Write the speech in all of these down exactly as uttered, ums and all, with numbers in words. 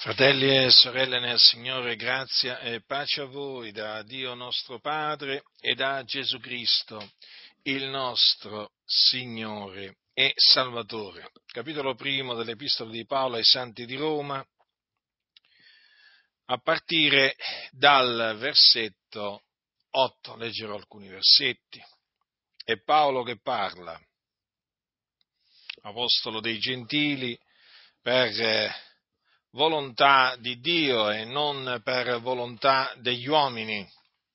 Fratelli e sorelle nel Signore, grazia e pace a voi da Dio nostro Padre e da Gesù Cristo, il nostro Signore e Salvatore. Capitolo primo dell'Epistola di Paolo ai Santi di Roma, a partire dal versetto otto, leggerò alcuni versetti. È Paolo che parla, apostolo dei Gentili, per volontà di Dio e non per volontà degli uomini.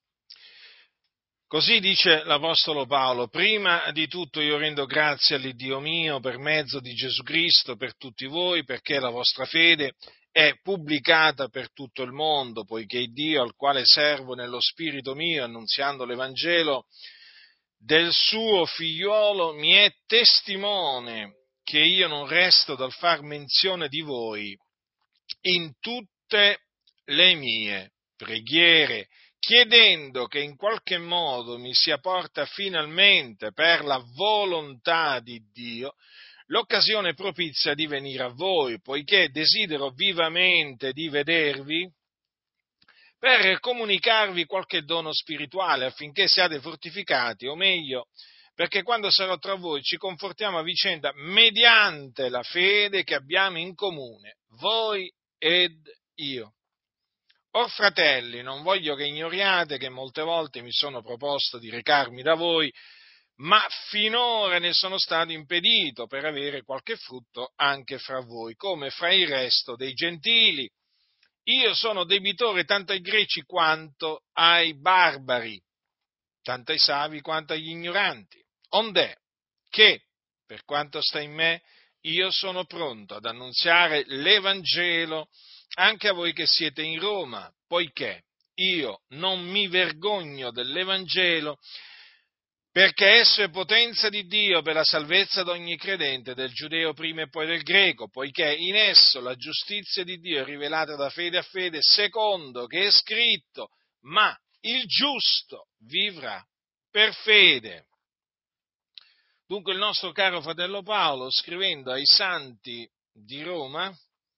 Così dice l'Apostolo Paolo: prima di tutto io rendo grazie all'Iddio mio per mezzo di Gesù Cristo per tutti voi, perché la vostra fede è pubblicata per tutto il mondo, poiché Dio, al quale servo nello spirito mio, annunziando l'Evangelo del suo figliuolo, mi è testimone che io non resto dal far menzione di voi in tutte le mie preghiere, chiedendo che in qualche modo mi sia porta finalmente, per la volontà di Dio, l'occasione propizia di venire a voi, poiché desidero vivamente di vedervi per comunicarvi qualche dono spirituale, affinché siate fortificati, o meglio, perché quando sarò tra voi ci confortiamo a vicenda mediante la fede che abbiamo in comune, voi ed io. Or fratelli, non voglio che ignoriate che molte volte mi sono proposto di recarmi da voi, ma finora ne sono stato impedito per avere qualche frutto anche fra voi, come fra il resto dei gentili. Io sono debitore tanto ai greci quanto ai barbari, tanto ai savi quanto agli ignoranti. Ond'è che, per quanto sta in me, io sono pronto ad annunziare l'Evangelo anche a voi che siete in Roma, poiché io non mi vergogno dell'Evangelo, perché esso è potenza di Dio per la salvezza di ogni credente, del giudeo prima e poi del greco, poiché in esso la giustizia di Dio è rivelata da fede a fede, secondo che è scritto: ma il giusto vivrà per fede. Dunque il nostro caro fratello Paolo, scrivendo ai santi di Roma,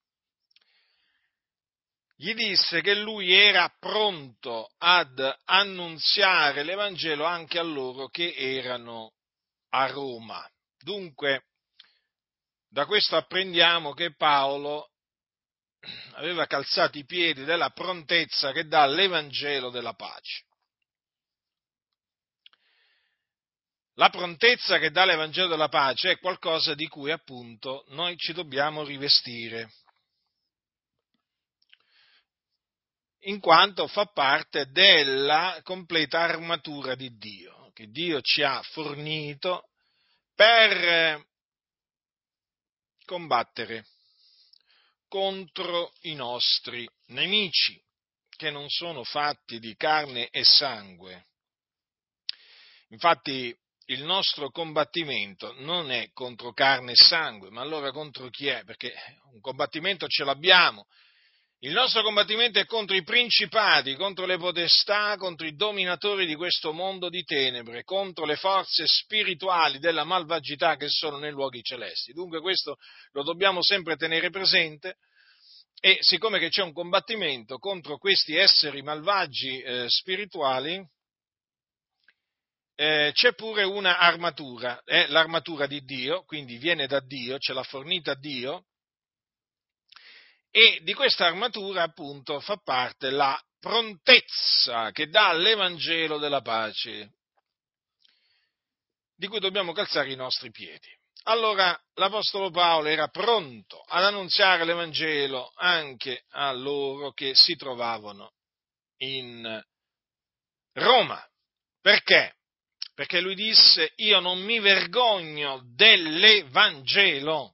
gli disse che lui era pronto ad annunziare l'Evangelo anche a loro che erano a Roma. Dunque, da questo apprendiamo che Paolo aveva calzato i piedi della prontezza che dà l'Evangelo della pace. La prontezza che dà l'Evangelo della pace è qualcosa di cui appunto noi ci dobbiamo rivestire, in quanto fa parte della completa armatura di Dio, che Dio ci ha fornito per combattere contro i nostri nemici, che non sono fatti di carne e sangue. Infatti il nostro combattimento non è contro carne e sangue, ma allora contro chi è? Perché un combattimento ce l'abbiamo. Il nostro combattimento è contro i principati, contro le potestà, contro i dominatori di questo mondo di tenebre, contro le forze spirituali della malvagità che sono nei luoghi celesti. Dunque questo lo dobbiamo sempre tenere presente, e siccome che c'è un combattimento contro questi esseri malvagi eh, spirituali, eh, c'è pure una armatura, è l'armatura di Dio, quindi viene da Dio, ce l'ha fornita Dio, e di questa armatura appunto fa parte la prontezza che dà l'Evangelo della pace, di cui dobbiamo calzare i nostri piedi. Allora l'Apostolo Paolo era pronto ad annunziare l'Evangelo anche a loro che si trovavano in Roma. Perché? Perché lui disse: io non mi vergogno dell'Evangelo.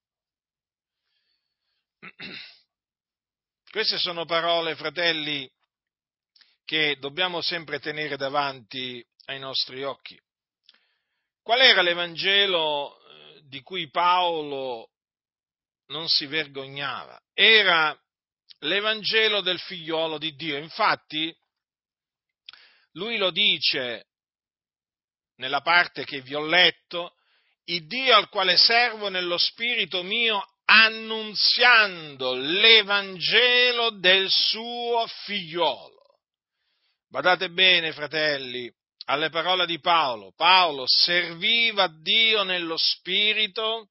Queste sono parole, fratelli, che dobbiamo sempre tenere davanti ai nostri occhi. Qual era l'Evangelo di cui Paolo non si vergognava? Era l'Evangelo del figliuolo di Dio. Infatti, lui lo dice nella parte che vi ho letto: il Dio al quale servo nello spirito mio, annunziando l'Evangelo del suo figliolo. Badate bene, fratelli, alle parole di Paolo. Paolo serviva Dio nello spirito,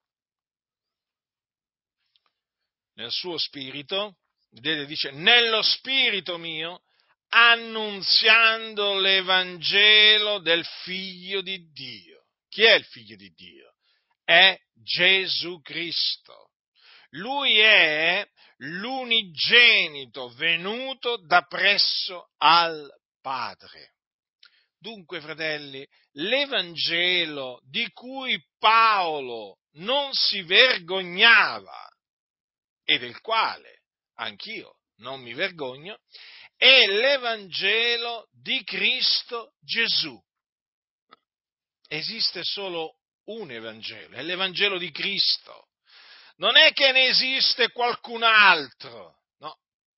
nel suo spirito, vedete, dice, nello spirito mio, annunziando l'Evangelo del Figlio di Dio. Chi è il Figlio di Dio? È Gesù Cristo. Lui è l'unigenito venuto da presso al Padre. Dunque, fratelli, l'Evangelo di cui Paolo non si vergognava e del quale anch'io non mi vergogno, è l'Evangelo di Cristo Gesù. Esiste solo un Evangelo, è l'Evangelo di Cristo. Non è che ne esiste qualcun altro, no.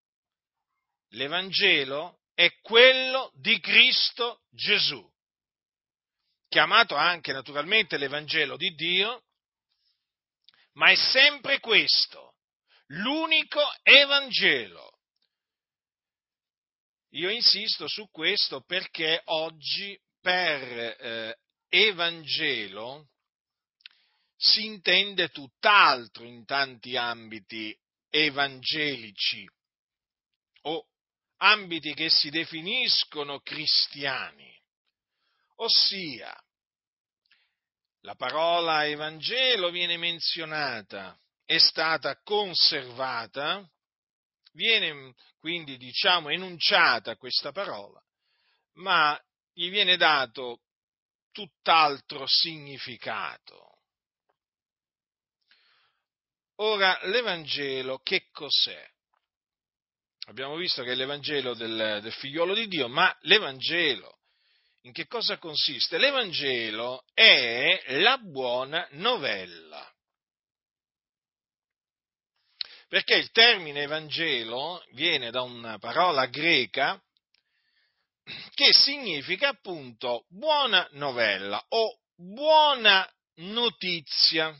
L'Evangelo è quello di Cristo Gesù, chiamato anche naturalmente l'Evangelo di Dio, ma è sempre questo, l'unico Evangelo. Io insisto su questo perché oggi per eh, Evangelo si intende tutt'altro in tanti ambiti evangelici o ambiti che si definiscono cristiani, ossia la parola Evangelo viene menzionata, è stata conservata, viene quindi, diciamo, enunciata questa parola, ma gli viene dato tutt'altro significato. Ora, l'Evangelo che cos'è? Abbiamo visto che è l'Evangelo del, del figliolo di Dio, ma l'Evangelo in che cosa consiste? L'Evangelo è la buona novella. Perché il termine Evangelo viene da una parola greca che significa appunto buona novella o buona notizia.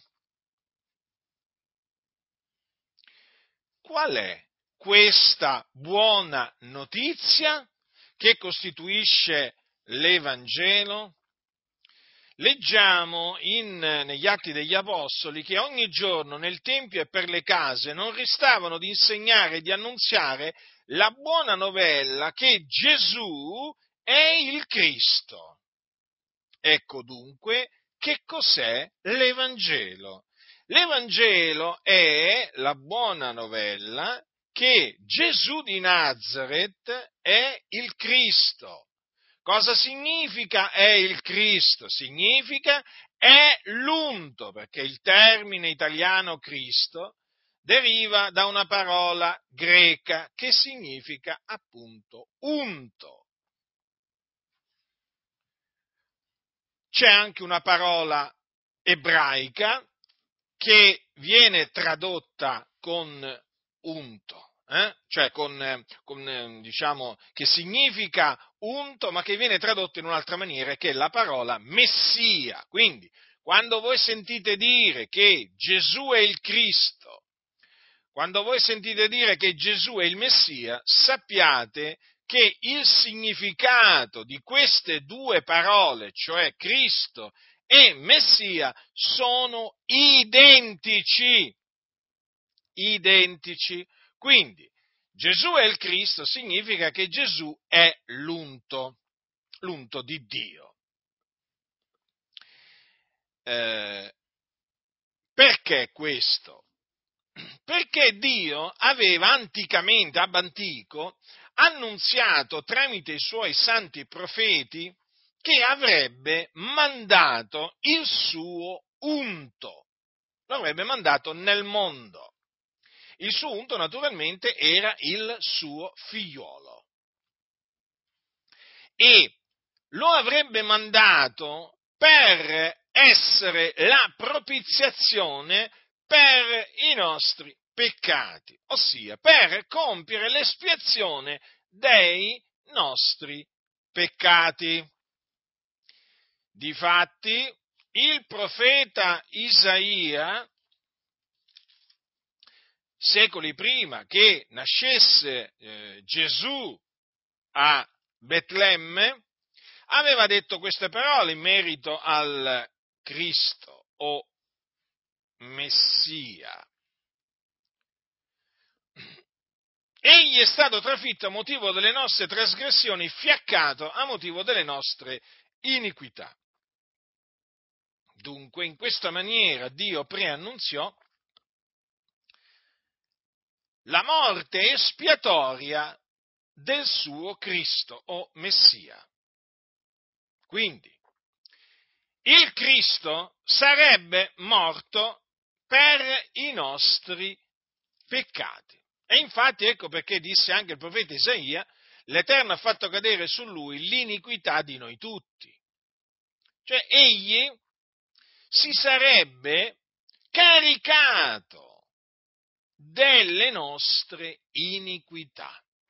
Qual è questa buona notizia che costituisce l'Evangelo? Leggiamo in, negli Atti degli Apostoli che ogni giorno nel Tempio e per le case non restavano di insegnare e di annunziare la buona novella che Gesù è il Cristo. Ecco dunque che cos'è l'Evangelo. L'Evangelo è la buona novella che Gesù di Nazaret è il Cristo. Cosa significa è il Cristo? Significa è l'unto, perché il termine italiano Cristo deriva da una parola greca che significa appunto unto. C'è anche una parola ebraica che viene tradotta con unto, eh? cioè con, con, diciamo, che significa unto, ma che viene tradotta in un'altra maniera, che è la parola Messia. Quindi, quando voi sentite dire che Gesù è il Cristo, quando voi sentite dire che Gesù è il Messia, sappiate che il significato di queste due parole, cioè Cristo e Messia, sono identici. Identici. Quindi, Gesù è il Cristo significa che Gesù è l'unto, l'unto di Dio. Eh, perché questo? Perché Dio aveva anticamente, ab antico, annunziato tramite i suoi santi profeti che avrebbe mandato il suo unto, lo avrebbe mandato nel mondo. Il suo unto naturalmente era il suo figliuolo e lo avrebbe mandato per essere la propiziazione per i nostri peccati, ossia per compiere l'espiazione dei nostri peccati. Difatti, il profeta Isaia secoli prima che nascesse eh, Gesù a Betlemme, aveva detto queste parole in merito al Cristo o Messia. Egli è stato trafitto a motivo delle nostre trasgressioni, fiaccato a motivo delle nostre iniquità. Dunque, in questa maniera Dio preannunziò la morte espiatoria del suo Cristo o Messia. Quindi, il Cristo sarebbe morto per i nostri peccati. E infatti ecco perché disse anche il profeta Isaia: l'Eterno ha fatto cadere su lui l'iniquità di noi tutti. Cioè egli si sarebbe caricato delle nostre iniquità.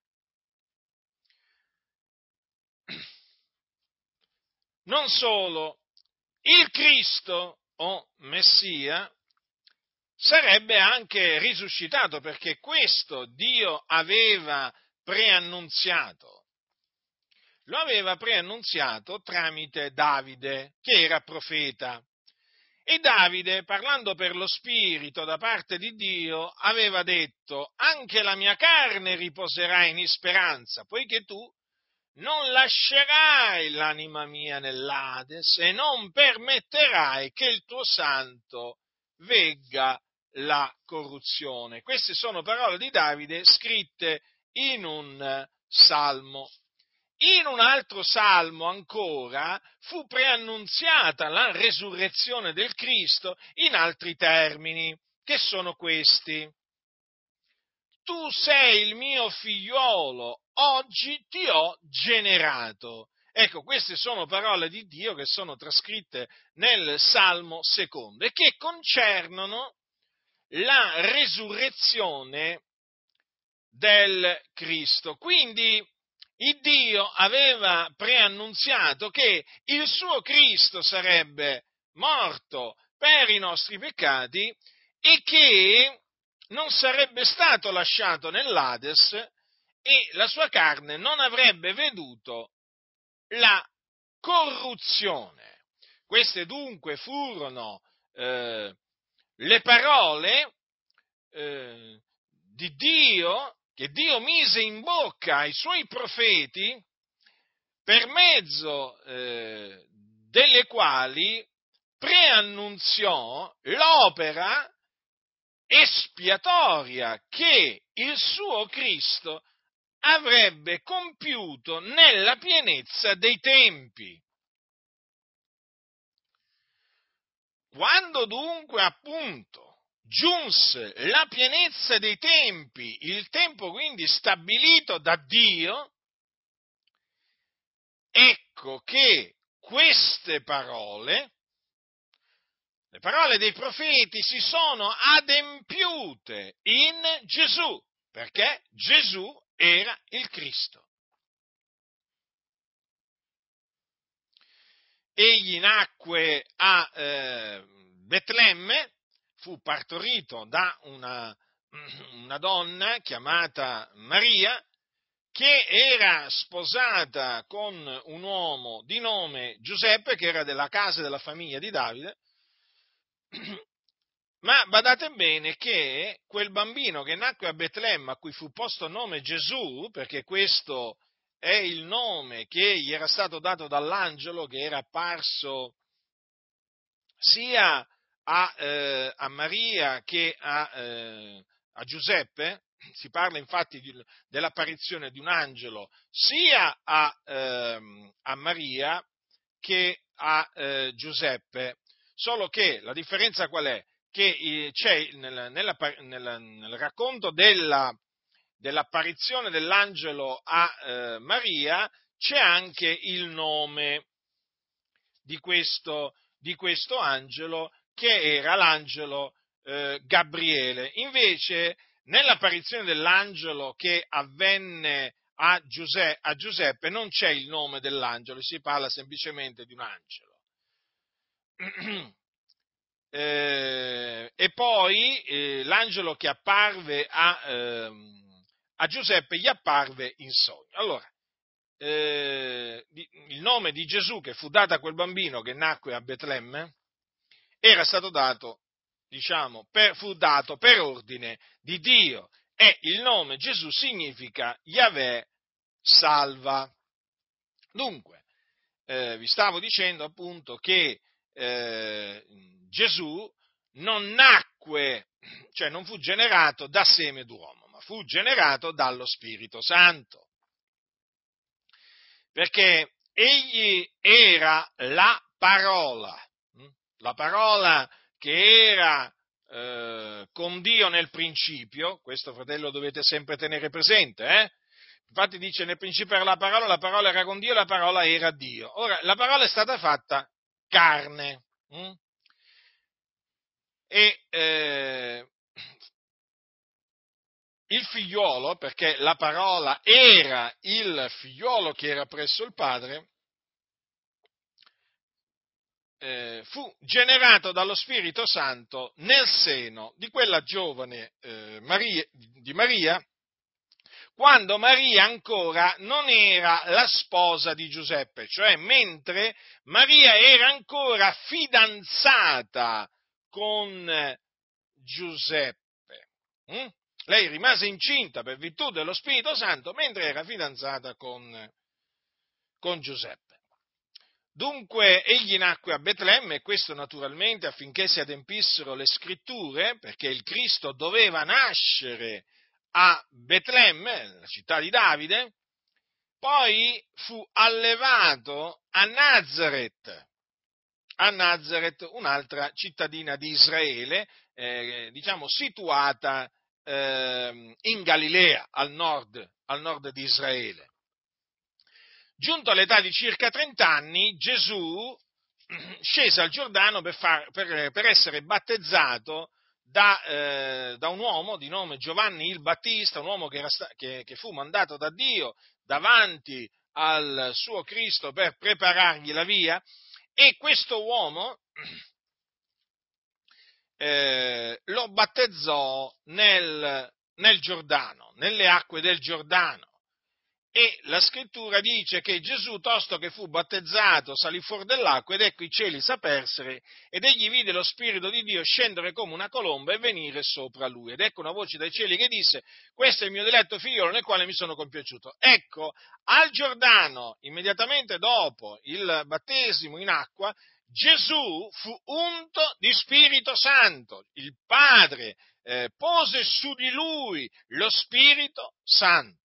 Non solo, il Cristo o Messia sarebbe anche risuscitato, perché questo Dio aveva preannunziato. Lo aveva preannunziato tramite Davide, che era profeta. E Davide, parlando per lo Spirito da parte di Dio, aveva detto: anche la mia carne riposerà in speranza, poiché tu non lascerai l'anima mia nell'Ades e non permetterai che il tuo santo vegga la corruzione. Queste sono parole di Davide scritte in un salmo. In un altro salmo ancora fu preannunziata la resurrezione del Cristo in altri termini, che sono questi: tu sei il mio figliolo, oggi ti ho generato. Ecco, queste sono parole di Dio che sono trascritte nel Salmo secondo e che concernono la resurrezione del Cristo. Quindi il Dio aveva preannunziato che il suo Cristo sarebbe morto per i nostri peccati e che non sarebbe stato lasciato nell'Ades e la sua carne non avrebbe veduto la corruzione. Queste dunque furono eh, le parole eh, di Dio, che Dio mise in bocca ai suoi profeti, per mezzo eh, delle quali preannunziò l'opera espiatoria che il suo Cristo avrebbe compiuto nella pienezza dei tempi. Quando dunque appunto giunse la pienezza dei tempi, il tempo quindi stabilito da Dio, ecco che queste parole, le parole dei profeti, si sono adempiute in Gesù, perché Gesù era il Cristo. Egli nacque a eh, Betlemme, fu partorito da una, una donna chiamata Maria, che era sposata con un uomo di nome Giuseppe, che era della casa e della famiglia di Davide. Ma badate bene che quel bambino che nacque a Betlemme, a cui fu posto il nome Gesù, perché questo è il nome che gli era stato dato dall'angelo che era apparso sia a, eh, a Maria che a, eh, a Giuseppe, si parla infatti di, dell'apparizione di un angelo sia a, ehm, a Maria che a eh, Giuseppe, solo che la differenza qual è? Che eh, c'è nel, nella, nel, nel racconto della, dell'apparizione dell'angelo a eh, Maria c'è anche il nome di questo, di questo angelo, che era l'angelo eh, Gabriele. Invece, nell'apparizione dell'angelo che avvenne a, Giuseppe, a Giuseppe non c'è il nome dell'angelo, si parla semplicemente di un angelo. eh, e poi eh, l'angelo che apparve a, eh, a Giuseppe gli apparve in sogno. Allora, eh, il nome di Gesù che fu dato a quel bambino che nacque a Betlemme era stato dato, diciamo, per, fu dato per ordine di Dio, e il nome Gesù significa Yahweh salva. Dunque, eh, vi stavo dicendo appunto che eh, Gesù non nacque, cioè non fu generato da seme d'uomo, ma fu generato dallo Spirito Santo, perché egli era la parola, la parola che era eh, con Dio nel principio. Questo, fratello, dovete sempre tenere presente, eh? Infatti dice: nel principio era la parola, la parola era con Dio, la parola era Dio. Ora, la parola è stata fatta carne, hm? e eh, il figliuolo, perché la parola era il figliuolo che era presso il Padre, eh, fu generato dallo Spirito Santo nel seno di quella giovane eh, Maria, di Maria, quando Maria ancora non era la sposa di Giuseppe, cioè mentre Maria era ancora fidanzata con Giuseppe. Hm? Lei rimase incinta per virtù dello Spirito Santo mentre era fidanzata con, con Giuseppe. Dunque egli nacque a Betlemme, e questo naturalmente affinché si adempissero le scritture, perché il Cristo doveva nascere a Betlemme, la città di Davide. Poi fu allevato a Nazaret, a Nazaret, un'altra cittadina di Israele, eh, diciamo situata eh, in Galilea, al nord, al nord di Israele. Giunto all'età di circa trenta anni, Gesù scese al Giordano per, far, per, per essere battezzato da, eh, da un uomo di nome Giovanni il Battista, un uomo che, era sta, che, che fu mandato da Dio davanti al suo Cristo per preparargli la via, e questo uomo eh, lo battezzò nel, nel Giordano, nelle acque del Giordano. E la scrittura dice che Gesù, tosto che fu battezzato, salì fuori dell'acqua, ed ecco i cieli s'apersero, ed egli vide lo Spirito di Dio scendere come una colomba e venire sopra lui. Ed ecco una voce dai cieli che disse: questo è il mio diletto figliolo nel quale mi sono compiaciuto. Ecco, al Giordano, immediatamente dopo il battesimo in acqua, Gesù fu unto di Spirito Santo. Il Padre eh, pose su di lui lo Spirito Santo.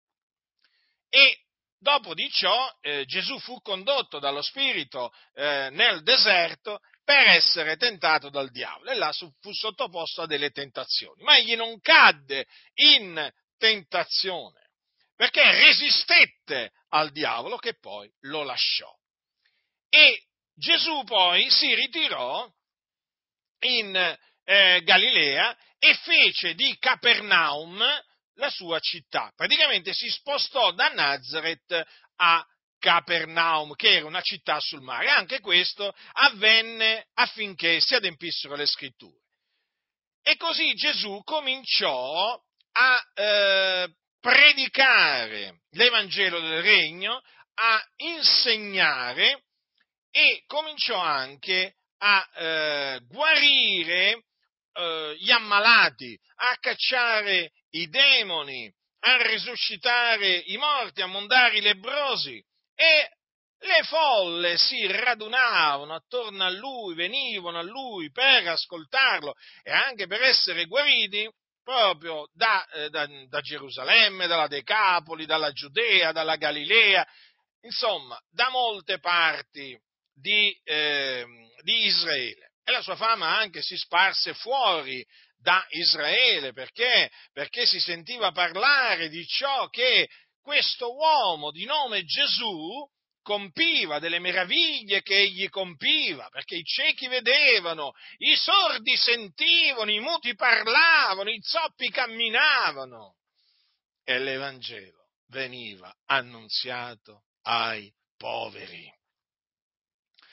E dopo di ciò eh, Gesù fu condotto dallo Spirito eh, nel deserto per essere tentato dal diavolo, e là fu sottoposto a delle tentazioni. Ma egli non cadde in tentazione, perché resistette al diavolo, che poi lo lasciò. E Gesù poi si ritirò in eh, Galilea e fece di Capernaum la sua città. Praticamente si spostò da Nazaret a Capernaum, che era una città sul mare. Anche questo avvenne affinché si adempissero le scritture. E così Gesù cominciò a eh, predicare l'Evangelo del Regno, a insegnare, e cominciò anche a eh, guarire eh, gli ammalati, a cacciare i demoni, a risuscitare i morti, a mondare i lebbrosi, e le folle si radunavano attorno a lui, venivano a lui per ascoltarlo e anche per essere guariti proprio da, eh, da, da Gerusalemme, dalla Decapoli, dalla Giudea, dalla Galilea, insomma, da molte parti di, eh, di Israele. E la sua fama anche si sparse fuori da Israele, perché? Perché si sentiva parlare di ciò che questo uomo di nome Gesù compiva, delle meraviglie che egli compiva, perché i ciechi vedevano, i sordi sentivano, i muti parlavano, i zoppi camminavano, e l'Evangelo veniva annunziato ai poveri.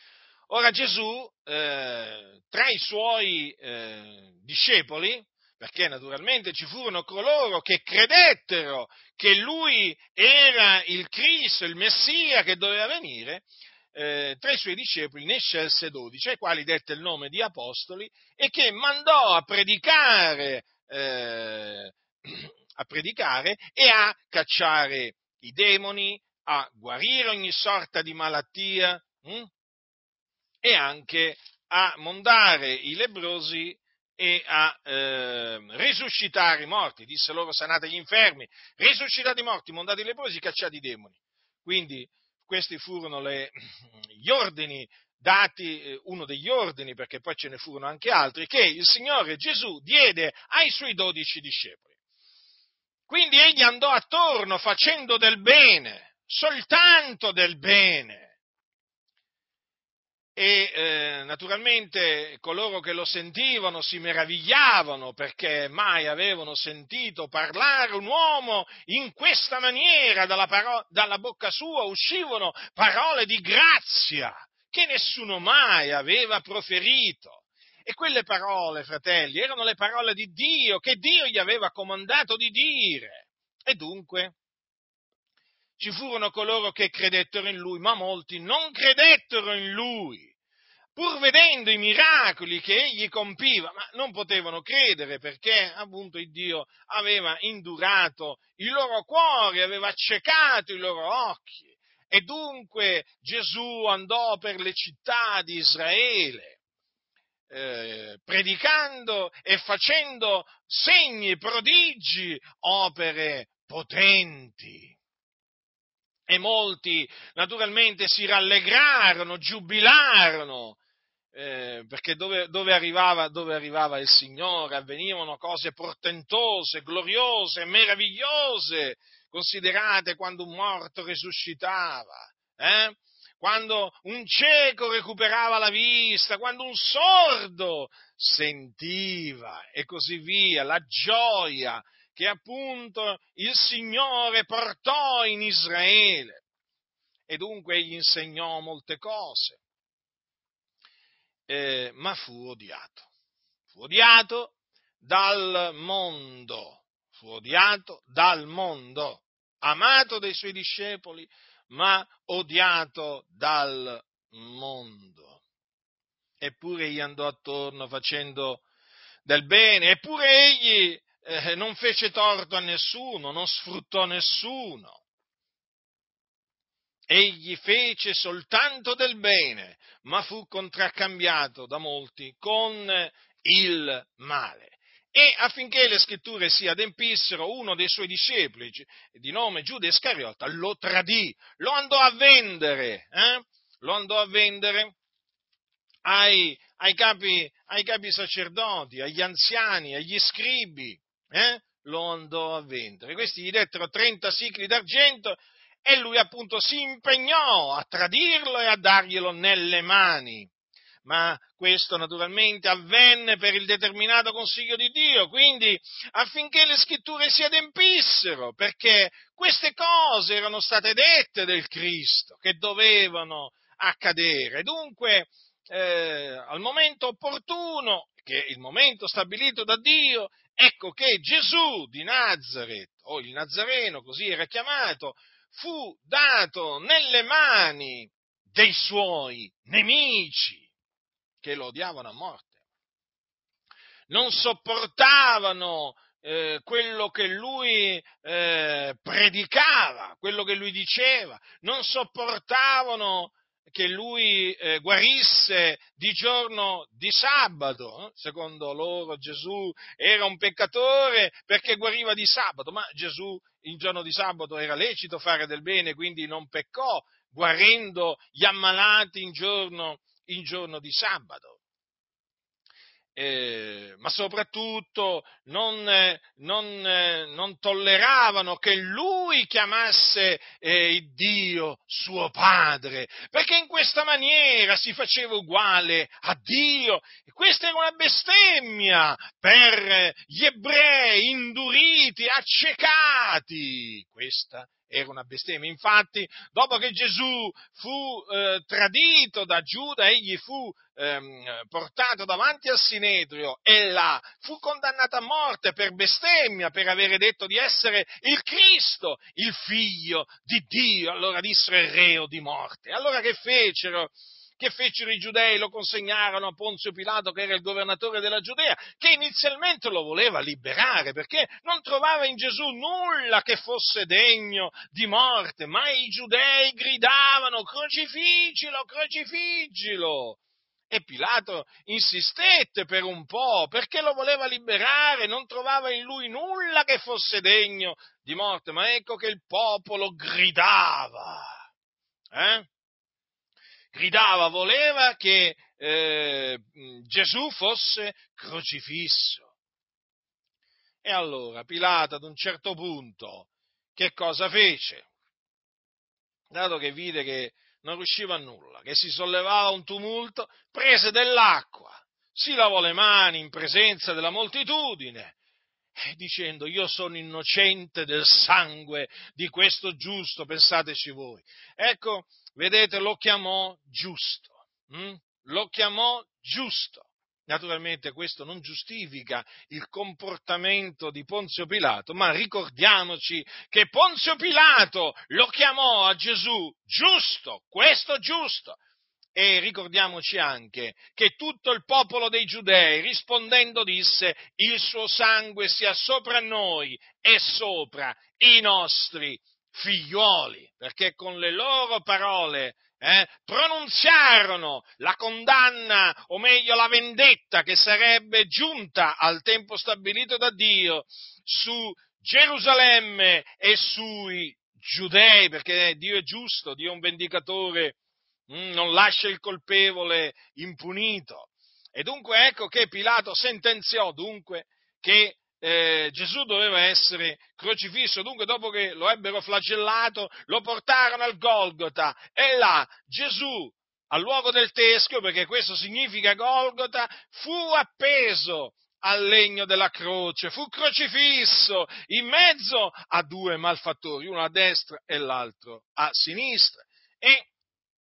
Ora Gesù, eh, tra i suoi eh, discepoli, perché naturalmente ci furono coloro che credettero che lui era il Cristo, il Messia che doveva venire, eh, tra i suoi discepoli ne scelse dodici, ai quali dette il nome di apostoli, e che mandò a predicare, eh, a predicare e a cacciare i demoni, a guarire ogni sorta di malattia, hm? e anche a mondare i lebbrosi e a eh, risuscitare i morti. Disse loro: sanate gli infermi, risuscitate i morti, mondate i lebbrosi, cacciate i demoni. Quindi questi furono le, gli ordini dati, eh, uno degli ordini, perché poi ce ne furono anche altri, che il Signore Gesù diede ai suoi dodici discepoli. Quindi egli andò attorno facendo del bene, soltanto del bene. E eh, naturalmente coloro che lo sentivano si meravigliavano, perché mai avevano sentito parlare un uomo in questa maniera. Dalla, paro- dalla bocca sua uscivano parole di grazia che nessuno mai aveva proferito. E quelle parole, fratelli, erano le parole di Dio, che Dio gli aveva comandato di dire. E dunque ci furono coloro che credettero in lui, ma molti non credettero in lui, pur vedendo i miracoli che egli compiva, ma non potevano credere, perché appunto il Dio aveva indurato i loro cuori, aveva accecato i loro occhi. E dunque Gesù andò per le città di Israele, eh, predicando e facendo segni, prodigi, opere potenti. E molti naturalmente si rallegrarono, giubilarono, eh, perché dove, dove, arrivava, dove arrivava il Signore avvenivano cose portentose, gloriose, meravigliose. Considerate quando un morto risuscitava, eh? Quando un cieco recuperava la vista, quando un sordo sentiva e così via, la gioia che appunto il Signore portò in Israele. E dunque egli insegnò molte cose, eh, ma fu odiato. Fu odiato dal mondo, fu odiato dal mondo, amato dai suoi discepoli, ma odiato dal mondo. Eppure egli andò attorno facendo del bene, eppure egli eh, non fece torto a nessuno, non sfruttò nessuno. Egli fece soltanto del bene, ma fu contraccambiato da molti con il male. E affinché le scritture si adempissero, uno dei suoi discepoli, di nome Giuda Iscariota, lo tradì, lo andò a vendere, eh? lo andò a vendere ai, ai, capi, ai capi sacerdoti, agli anziani, agli scribi, eh? lo andò a vendere. Questi gli dettero trenta sicli d'argento e lui appunto si impegnò a tradirlo e a darglielo nelle mani. Ma questo naturalmente avvenne per il determinato consiglio di Dio, quindi affinché le scritture si adempissero, perché queste cose erano state dette del Cristo, che dovevano accadere. Dunque, eh, al momento opportuno, che è il momento stabilito da Dio, ecco che Gesù di Nazaret, o il Nazareno, così era chiamato, fu dato nelle mani dei suoi nemici, che lo odiavano a morte. Non sopportavano eh, quello che lui eh, predicava, quello che lui diceva, non sopportavano che lui eh, guarisse di giorno di sabato. Secondo loro Gesù era un peccatore perché guariva di sabato, ma Gesù il giorno di sabato era lecito fare del bene, quindi non peccò guarendo gli ammalati in giorno, in giorno di sabato. Eh, ma soprattutto non, eh, non, eh, non tolleravano che lui chiamasse eh, Dio suo padre, perché in questa maniera si faceva uguale a Dio. E questa era una bestemmia per gli ebrei induriti, accecati. Questa era una bestemmia. Infatti, dopo che Gesù fu eh, tradito da Giuda, egli fu ehm, portato davanti al Sinedrio e là fu condannato a morte per bestemmia, per avere detto di essere il Cristo, il figlio di Dio. Allora dissero è reo di morte. Allora che fecero? Che fecero i giudei? Lo consegnarono a Ponzio Pilato, che era il governatore della Giudea, che inizialmente lo voleva liberare, perché non trovava in Gesù nulla che fosse degno di morte, ma i giudei gridavano: crocifiggilo, crocifiggilo! E Pilato insistette per un po', perché lo voleva liberare, non trovava in lui nulla che fosse degno di morte, ma ecco che il popolo gridava, eh? Gridava, voleva che eh, Gesù fosse crocifisso. E allora Pilato ad un certo punto che cosa fece? Dato che vide che non riusciva a nulla, che si sollevava un tumulto, prese dell'acqua, si lavò le mani in presenza della moltitudine, eh, dicendo: io sono innocente del sangue di questo giusto, pensateci voi. Ecco, vedete, lo chiamò giusto, hm? lo chiamò giusto. Naturalmente questo non giustifica il comportamento di Ponzio Pilato, ma ricordiamoci che Ponzio Pilato lo chiamò a Gesù giusto, questo giusto. E ricordiamoci anche che tutto il popolo dei Giudei rispondendo disse: il suo sangue sia sopra noi e sopra i nostri figliuoli, perché con le loro parole eh, pronunziarono la condanna, o meglio la vendetta che sarebbe giunta al tempo stabilito da Dio su Gerusalemme e sui Giudei, perché Dio è giusto, Dio è un vendicatore, non lascia il colpevole impunito. E dunque ecco che Pilato sentenziò dunque che eh, Gesù doveva essere crocifisso. Dunque dopo che lo ebbero flagellato lo portarono al Golgota e là Gesù al luogo del teschio, perché questo significa Golgota, fu appeso al legno della croce, fu crocifisso in mezzo a due malfattori, uno a destra e l'altro a sinistra. E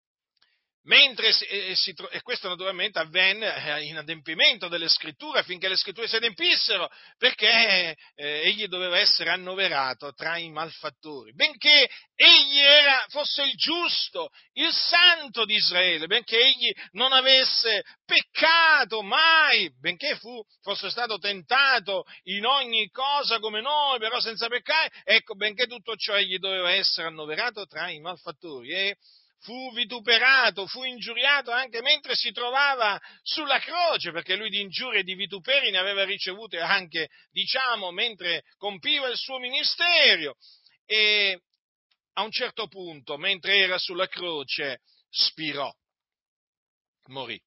Mentre si, eh, si, e questo naturalmente avvenne in adempimento delle scritture, affinché le scritture si adempissero, perché eh, egli doveva essere annoverato tra i malfattori, benché egli era, fosse il giusto, il santo di Israele, benché egli non avesse peccato mai, benché fu, fosse stato tentato in ogni cosa come noi, però senza peccare, ecco, benché tutto ciò egli doveva essere annoverato tra i malfattori. E fu vituperato, fu ingiuriato anche mentre si trovava sulla croce, perché lui di ingiurie e di vituperi ne aveva ricevute anche, diciamo, mentre compiva il suo ministero. E a un certo punto, mentre era sulla croce, spirò, morì.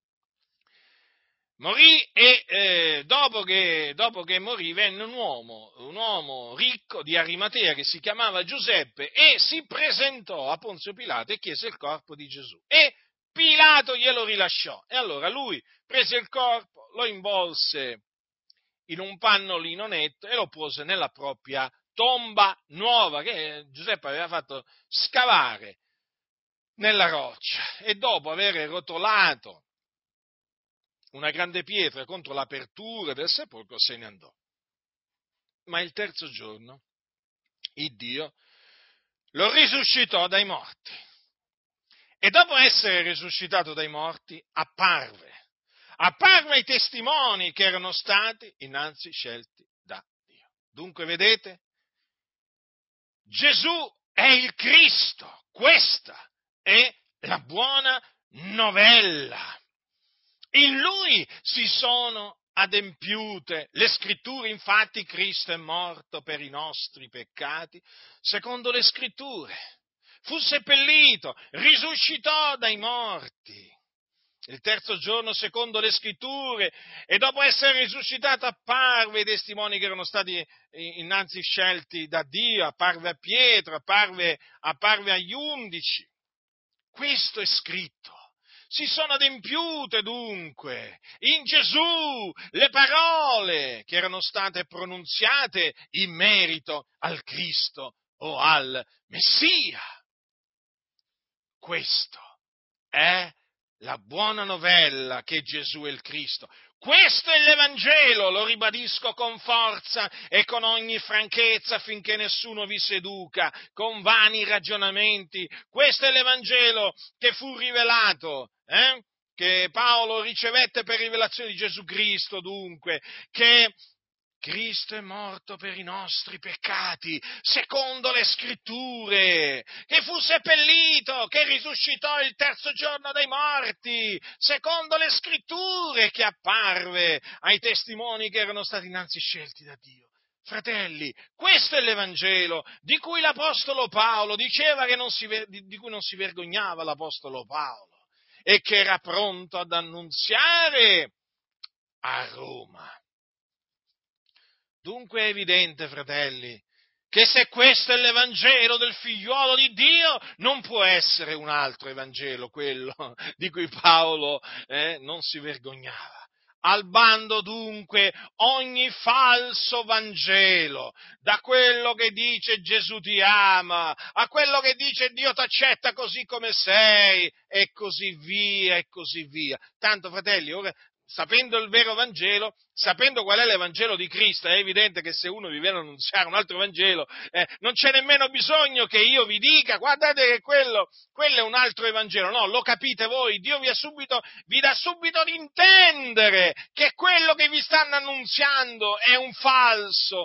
Morì e eh, dopo, che, dopo che morì venne un uomo, un uomo ricco di Arimatea che si chiamava Giuseppe e si presentò a Ponzio Pilato e chiese il corpo di Gesù. E Pilato glielo rilasciò. E allora lui prese il corpo, lo involse in un pannolino netto e lo pose nella propria tomba nuova che Giuseppe aveva fatto scavare nella roccia. E dopo aver rotolato una grande pietra contro l'apertura del sepolcro, se ne andò. Ma il terzo giorno il Dio lo risuscitò dai morti. E dopo essere risuscitato dai morti, apparve. Apparve ai testimoni che erano stati innanzi scelti da Dio. Dunque, vedete, Gesù è il Cristo. Questa è la buona novella. In Lui si sono adempiute le scritture, infatti Cristo è morto per i nostri peccati, secondo le scritture, fu seppellito, risuscitò dai morti, il terzo giorno secondo le scritture, e dopo essere risuscitato apparve ai testimoni che erano stati innanzi scelti da Dio, apparve a Pietro, apparve, apparve agli undici. Questo è scritto. Si sono adempiute dunque in Gesù le parole che erano state pronunziate in merito al Cristo o al Messia. Questo è la buona novella che Gesù è il Cristo. Questo è l'Evangelo, lo ribadisco con forza e con ogni franchezza affinché nessuno vi seduca con vani ragionamenti. Questo è l'Evangelo che fu rivelato, eh? Che Paolo ricevette per rivelazione di Gesù Cristo, dunque, che Cristo è morto per i nostri peccati, secondo le scritture, che fu seppellito, che risuscitò il terzo giorno dai morti, secondo le scritture, che apparve ai testimoni che erano stati innanzi scelti da Dio. Fratelli, questo è l'Evangelo di cui l'Apostolo Paolo diceva che non si, di, di cui non si vergognava l'Apostolo Paolo e che era pronto ad annunziare a Roma. Dunque è evidente, fratelli, che se questo è l'Evangelo del figliuolo di Dio, non può essere un altro Evangelo, quello di cui Paolo eh, non si vergognava. Al bando dunque ogni falso Vangelo, da quello che dice Gesù ti ama, a quello che dice Dio ti accetta così come sei, e così via, e così via. Tanto, fratelli, ora, sapendo il vero Vangelo, sapendo qual è l'Evangelo di Cristo, è evidente che se uno vi viene a annunziare un altro Vangelo, eh, non c'è nemmeno bisogno che io vi dica, guardate che quello, quello è un altro Evangelo, no, lo capite voi, Dio vi, ha subito, vi dà subito ad intendere che quello che vi stanno annunziando è un falso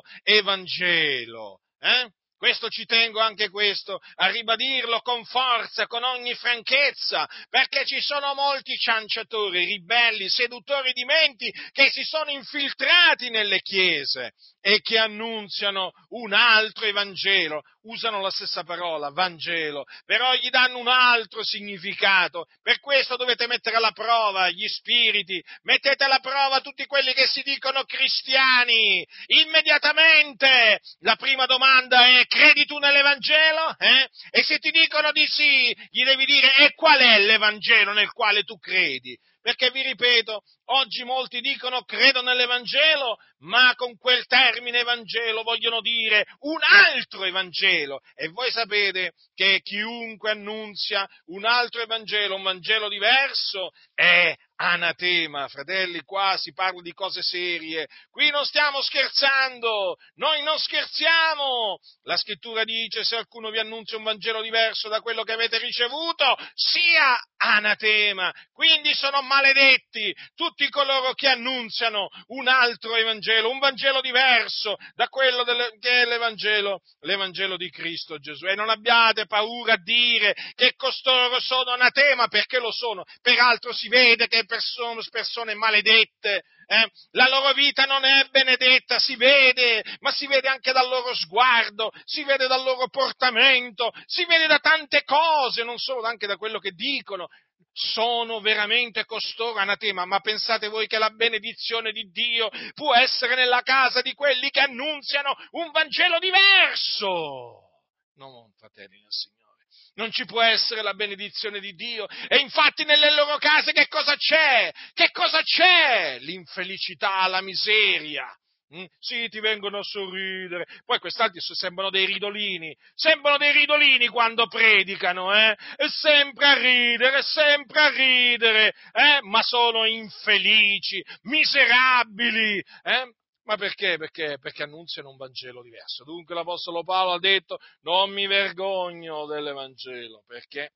Evangelo, eh? Questo ci tengo anche questo, a ribadirlo con forza, con ogni franchezza, perché ci sono molti cianciatori, ribelli, seduttori di menti che si sono infiltrati nelle chiese e che annunziano un altro Evangelo, usano la stessa parola, Vangelo, però gli danno un altro significato. Per questo dovete mettere alla prova gli spiriti, mettete alla prova tutti quelli che si dicono cristiani, immediatamente. La prima domanda è: credi tu nell'Evangelo? Eh? E se ti dicono di sì, gli devi dire: e qual è l'Evangelo nel quale tu credi? Perché vi ripeto, oggi molti dicono credo nell'Evangelo, ma con quel termine Evangelo vogliono dire un altro Evangelo. E voi sapete che chiunque annunzia un altro Evangelo, un Vangelo diverso, è anatema. Fratelli, qua si parla di cose serie, qui non stiamo scherzando, noi non scherziamo. La Scrittura dice: se qualcuno vi annunzia un Vangelo diverso da quello che avete ricevuto, sia anatema. Quindi sono maledetti tutti coloro che annunziano un altro Evangelo, un Vangelo diverso da quello del, che è l'Evangelo, l'Evangelo di Cristo Gesù. E non abbiate paura a dire che costoro sono anatema, perché lo sono. Peraltro si vede che sono persone maledette, eh? La loro vita non è benedetta, si vede, ma si vede anche dal loro sguardo, si vede dal loro portamento, si vede da tante cose, non solo anche da quello che dicono. Sono veramente costoro anatema, ma pensate voi che la benedizione di Dio può essere nella casa di quelli che annunziano un Vangelo diverso? No, fratelli del Signore. Non ci può essere la benedizione di Dio. E infatti nelle loro case che cosa c'è? Che cosa c'è? L'infelicità, la miseria. Mm? Sì, ti vengono a sorridere. Poi quest'altri sembrano dei ridolini. Sembrano dei ridolini quando predicano, eh? E sempre a ridere, sempre a ridere, eh? Ma sono infelici, miserabili, eh? Ma perché? Perché? Perché annunziano un Vangelo diverso. Dunque l'Apostolo Paolo ha detto: non mi vergogno dell'Evangelo. Perché?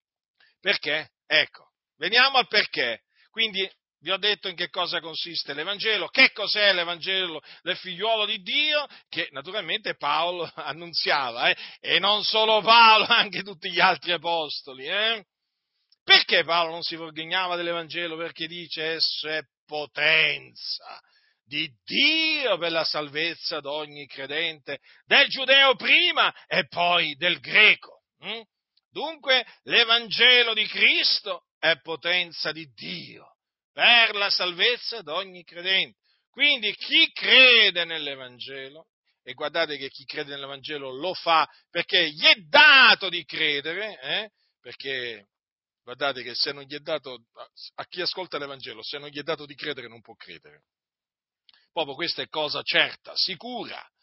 Perché? Ecco, veniamo al perché. Quindi vi ho detto in che cosa consiste l'Evangelo, che cos'è l'Evangelo del figliuolo di Dio, che naturalmente Paolo annunziava, eh? E non solo Paolo, anche tutti gli altri apostoli, eh? Perché Paolo non si vergognava dell'Evangelo? Perché dice: esso è potenza di Dio per la salvezza d'ogni credente, del giudeo prima e poi del greco. Hm? Dunque l'Evangelo di Cristo è potenza di Dio per la salvezza d'ogni credente. Quindi chi crede nell'Evangelo, e guardate che chi crede nell'Evangelo lo fa perché gli è dato di credere, eh? Perché guardate che se non gli è dato, a chi ascolta l'Evangelo, se non gli è dato di credere non può credere. Proprio questa è cosa certa, sicura.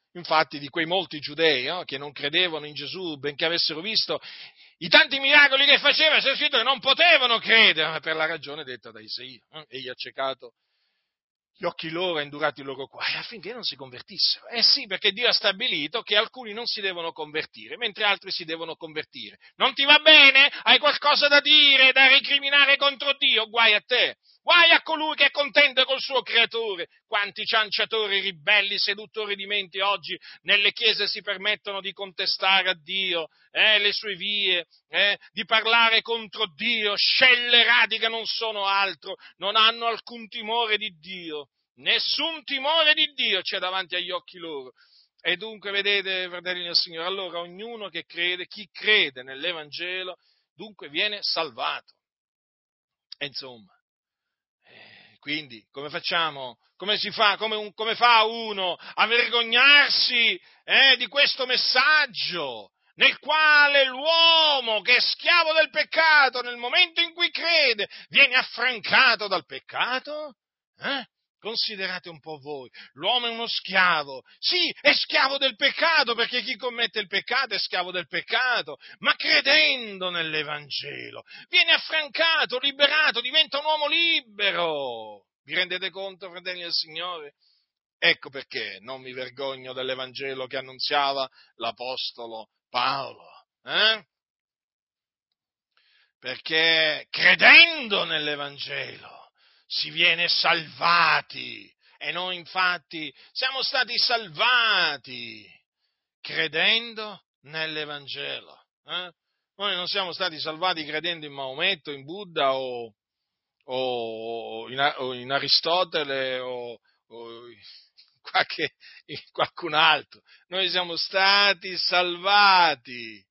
Infatti di quei molti giudei, no, che non credevano in Gesù, benché avessero visto i tanti miracoli che faceva, c'è scritto che non potevano credere per la ragione detta da Isaia. Eh? Egli ha accecato gli occhi loro, ha indurato i loro cuori affinché non si convertissero. Eh sì, perché Dio ha stabilito che alcuni non si devono convertire, mentre altri si devono convertire. Non ti va bene? Hai qualcosa da dire, da recriminare contro Dio? Guai a te! Guai a colui che è contento col suo creatore. Quanti cianciatori, ribelli, seduttori di menti oggi nelle chiese si permettono di contestare a Dio eh, le sue vie, eh, di parlare contro Dio, scellerati che non sono altro, non hanno alcun timore di Dio. Nessun timore di Dio c'è davanti agli occhi loro. E dunque, vedete, fratelli del Signore, allora ognuno che crede, chi crede nell'Evangelo, dunque viene salvato. E insomma, eh, quindi, come facciamo? Come si fa? Come, un, come fa uno a vergognarsi eh, di questo messaggio? Nel quale l'uomo che è schiavo del peccato, nel momento in cui crede, viene affrancato dal peccato? Eh? Considerate un po' voi, l'uomo è uno schiavo, sì, è schiavo del peccato, perché chi commette il peccato è schiavo del peccato, ma credendo nell'Evangelo viene affrancato, liberato, diventa un uomo libero. Vi rendete conto, fratelli del Signore? Ecco perché non mi vergogno dell'Evangelo che annunziava l'Apostolo Paolo, eh? Perché credendo nell'Evangelo si viene salvati e noi infatti siamo stati salvati credendo nell'Evangelo. Eh? Noi non siamo stati salvati credendo in Maometto, in Buddha o, o, in, o in Aristotele o, o in, qualche, in qualcun altro. Noi siamo stati salvati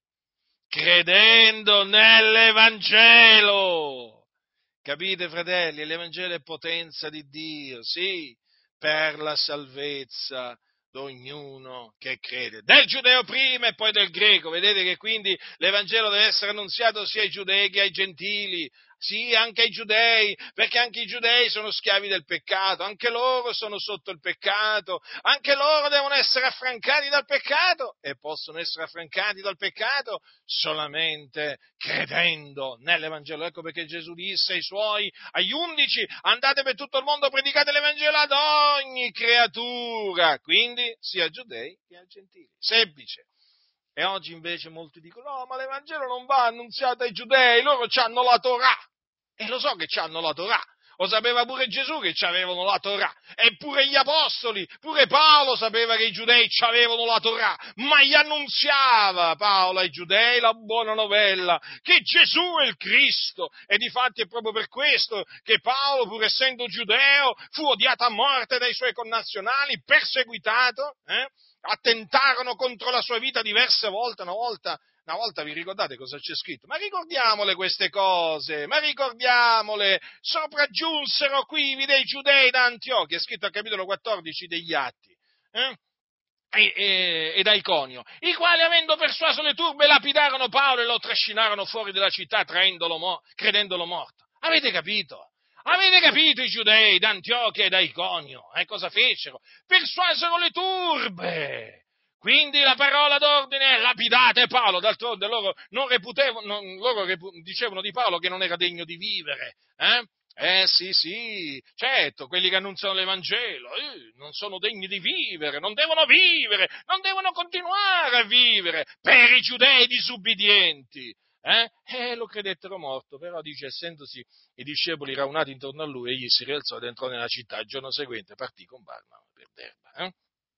credendo nell'Evangelo. Capite, fratelli? L'Evangelo è potenza di Dio, sì, per la salvezza di ognuno che crede, del giudeo prima e poi del greco. Vedete che quindi l'Evangelo deve essere annunziato sia ai giudei che ai gentili, sì, anche ai giudei, perché anche i giudei sono schiavi del peccato, anche loro sono sotto il peccato, anche loro devono essere affrancati dal peccato e possono essere affrancati dal peccato solamente credendo nell'Evangelo. Ecco perché Gesù disse ai suoi, agli undici, andate per tutto il mondo, predicate l'Evangelo ad ogni creatura, quindi sia a giudei che a gentili. Semplice. E oggi invece molti dicono, no, ma l'Evangelo non va annunziato ai giudei, loro hanno la Torah. E lo so che hanno la Torah. Lo sapeva pure Gesù che avevano la Torah, e pure gli apostoli, pure Paolo sapeva che i giudei avevano la Torah, ma gli annunziava Paolo ai giudei la buona novella, che Gesù è il Cristo, e difatti è proprio per questo che Paolo, pur essendo giudeo, fu odiato a morte dai suoi connazionali, perseguitato, eh? Attentarono contro la sua vita diverse volte, una volta Una volta vi ricordate cosa c'è scritto? Ma ricordiamole queste cose, ma ricordiamole, sopraggiunsero quivi dei giudei da Antiochia, è scritto al capitolo quattordici degli Atti, eh? e, e, e da Iconio, i quali avendo persuaso le turbe lapidarono Paolo e lo trascinarono fuori della città mo- credendolo morto. Avete capito? Avete capito i giudei d'Antiochia e da Iconio? Eh, cosa fecero? Persuasero le turbe. Quindi la parola d'ordine è lapidate Paolo, d'altronde loro, non reputevano, non, loro repu, dicevano di Paolo che non era degno di vivere, eh? Eh sì, sì, certo, quelli che annunciano l'Evangelo eh, non sono degni di vivere, non devono vivere, non devono continuare a vivere per i giudei disubbidienti. Eh? E lo credettero morto, però dice, essendosi i discepoli raunati intorno a lui, egli si rialzò ed entrò nella città. Il giorno seguente partì con Barnaba per Derba. Eh?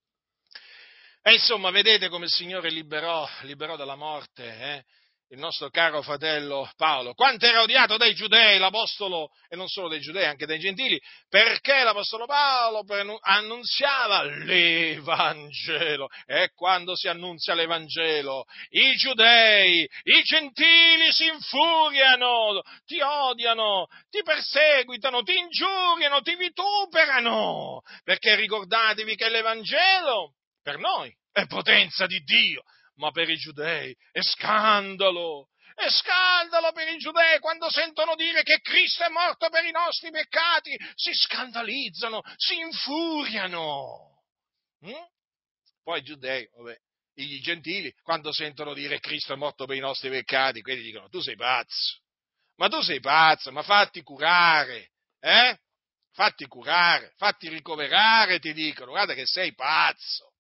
E insomma, vedete come il Signore liberò, liberò dalla morte eh, il nostro caro fratello Paolo. Quanto era odiato dai giudei, l'apostolo, e non solo dai giudei, anche dai gentili, perché l'apostolo Paolo annunziava l'Evangelo. E quando si annunzia l'Evangelo, i giudei, i gentili si infuriano, ti odiano, ti perseguitano, ti ingiuriano, ti vituperano, perché ricordatevi che l'Evangelo per noi è potenza di Dio, ma per i giudei è scandalo. È scandalo per i giudei quando sentono dire che Cristo è morto per i nostri peccati, si scandalizzano, si infuriano. Mm? poi i giudei, vabbè, i gentili, quando sentono dire Cristo è morto per i nostri peccati, quelli dicono tu sei pazzo, ma tu sei pazzo, ma fatti curare, eh? Fatti curare, fatti ricoverare, ti dicono, guarda che sei pazzo.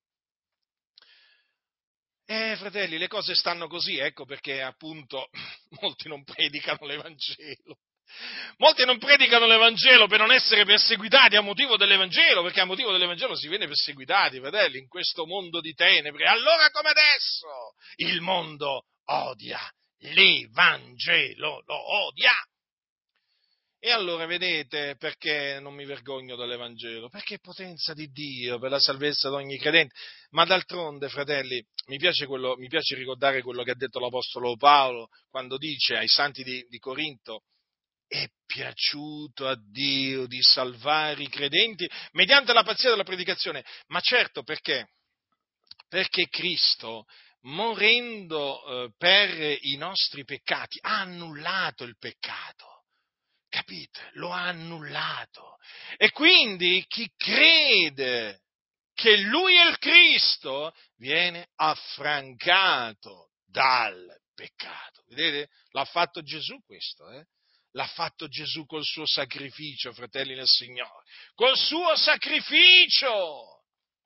Eh, fratelli, le cose stanno così, ecco perché appunto molti non predicano l'Evangelo. Molti non predicano l'Evangelo per non essere perseguitati a motivo dell'Evangelo, perché a motivo dell'Evangelo si viene perseguitati, fratelli, in questo mondo di tenebre. Allora come adesso il mondo odia l'Evangelo, lo odia. E allora vedete perché non mi vergogno dell'Evangelo? Perché è potenza di Dio per la salvezza di ogni credente. Ma d'altronde, fratelli, mi piace, quello, mi piace ricordare quello che ha detto l'Apostolo Paolo quando dice ai santi di, di Corinto: è piaciuto a Dio di salvare i credenti mediante la pazzia della predicazione. Ma certo, perché? Perché Cristo, morendo eh, per i nostri peccati, ha annullato il peccato. Capite? Lo ha annullato. E quindi chi crede che Lui è il Cristo viene affrancato dal peccato. Vedete? L'ha fatto Gesù questo, eh? L'ha fatto Gesù col suo sacrificio, fratelli nel Signore. Col suo sacrificio!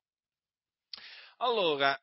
Allora,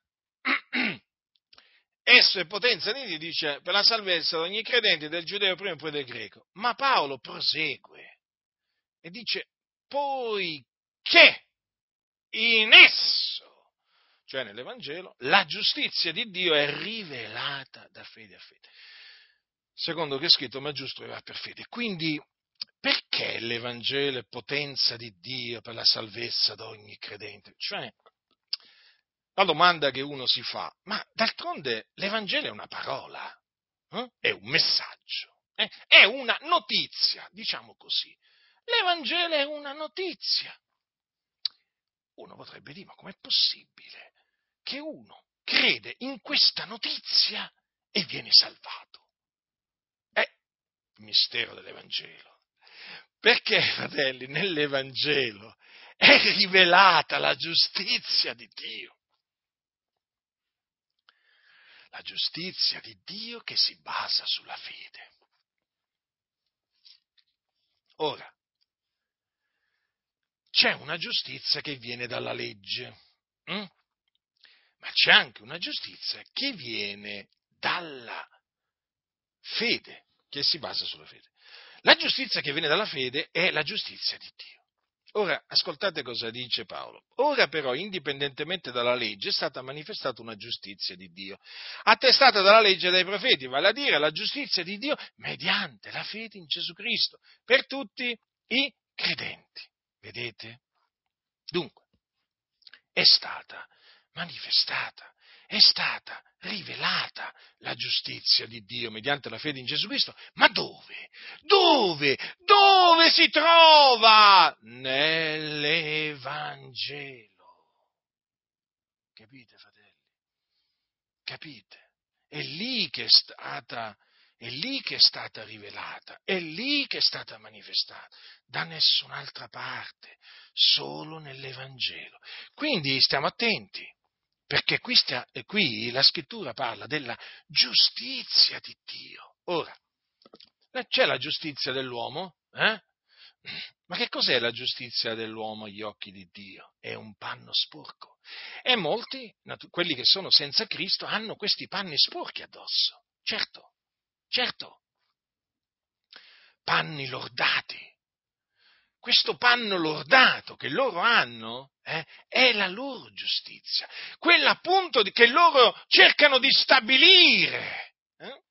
esso è potenza di Dio, dice, per la salvezza di ogni credente, del giudeo prima e poi del greco. Ma Paolo prosegue e dice, poiché in esso, cioè nell'Evangelo, la giustizia di Dio è rivelata da fede a fede. Secondo che è scritto, ma giusto va per fede. Quindi, perché l'Evangelo è potenza di Dio per la salvezza di ogni credente? Cioè, la domanda che uno si fa, ma d'altronde l'Evangelo è una parola, eh? È un messaggio, eh? È una notizia, diciamo così. L'Evangelo è una notizia. Uno potrebbe dire, ma com'è possibile che uno crede in questa notizia e viene salvato? È il mistero dell'Evangelo. Perché, fratelli, nell'Evangelo è rivelata la giustizia di Dio. La giustizia di Dio che si basa sulla fede. Ora, c'è una giustizia che viene dalla legge, hm? Ma c'è anche una giustizia che viene dalla fede, che si basa sulla fede. La giustizia che viene dalla fede è la giustizia di Dio. Ora, ascoltate cosa dice Paolo. Ora però, indipendentemente dalla legge, è stata manifestata una giustizia di Dio, attestata dalla legge e dai profeti, vale a dire la giustizia di Dio mediante la fede in Gesù Cristo, per tutti i credenti. Vedete? Dunque, è stata manifestata, è stata rivelata la giustizia di Dio mediante la fede in Gesù Cristo, ma dove? Dove? Dove si trova? Nell'Evangelo. Capite, fratelli? Capite? È lì che è stata, è lì che è stata rivelata, è lì che è stata manifestata, da nessun'altra parte, solo nell'Evangelo. Quindi stiamo attenti, perché qui, stia, qui la scrittura parla della giustizia di Dio. Ora, c'è la giustizia dell'uomo, eh? Ma che cos'è la giustizia dell'uomo agli occhi di Dio? È un panno sporco. E molti, quelli che sono senza Cristo, hanno questi panni sporchi addosso. Certo, certo. Panni lordati. Questo panno lordato che loro hanno eh, è la loro giustizia. Quella appunto che loro cercano di stabilire. Eh?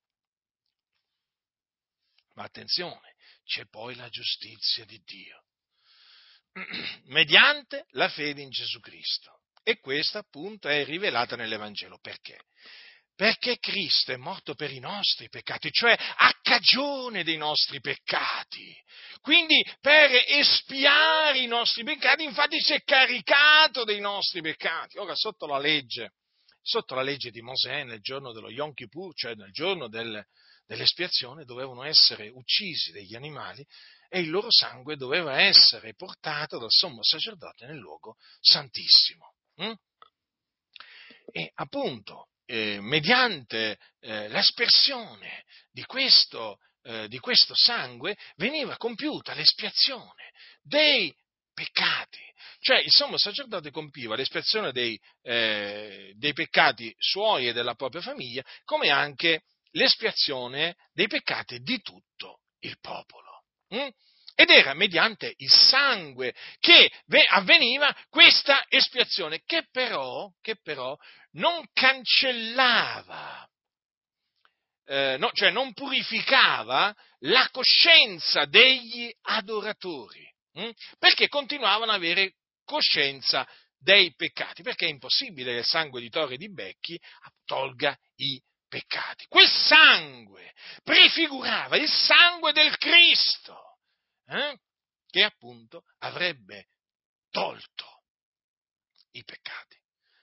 Ma attenzione, c'è poi la giustizia di Dio, mediante la fede in Gesù Cristo. E questa appunto è rivelata nell'Evangelo. Perché? Perché Cristo è morto per i nostri peccati, cioè a cagione dei nostri peccati. Quindi per espiare i nostri peccati, infatti si è caricato dei nostri peccati. Ora, sotto la legge, sotto la legge di Mosè, nel giorno dello Yom Kippur, cioè nel giorno del, dell'espiazione, dovevano essere uccisi degli animali e il loro sangue doveva essere portato dal sommo sacerdote nel luogo santissimo. Hm? e appunto, eh, mediante eh, l'aspersione di questo, eh, di questo sangue veniva compiuta l'espiazione dei peccati. Cioè il sommo sacerdote compiva l'espiazione dei, eh, dei peccati suoi e della propria famiglia, come anche l'espiazione dei peccati di tutto il popolo. Mm? Ed era mediante il sangue che avveniva questa espiazione, che però, che però non cancellava, eh, no, cioè non purificava la coscienza degli adoratori, hm? Perché continuavano ad avere coscienza dei peccati, perché è impossibile che il sangue di tori e di becchi tolga i peccati. Quel sangue prefigurava il sangue del Cristo, eh? Che appunto avrebbe tolto i peccati.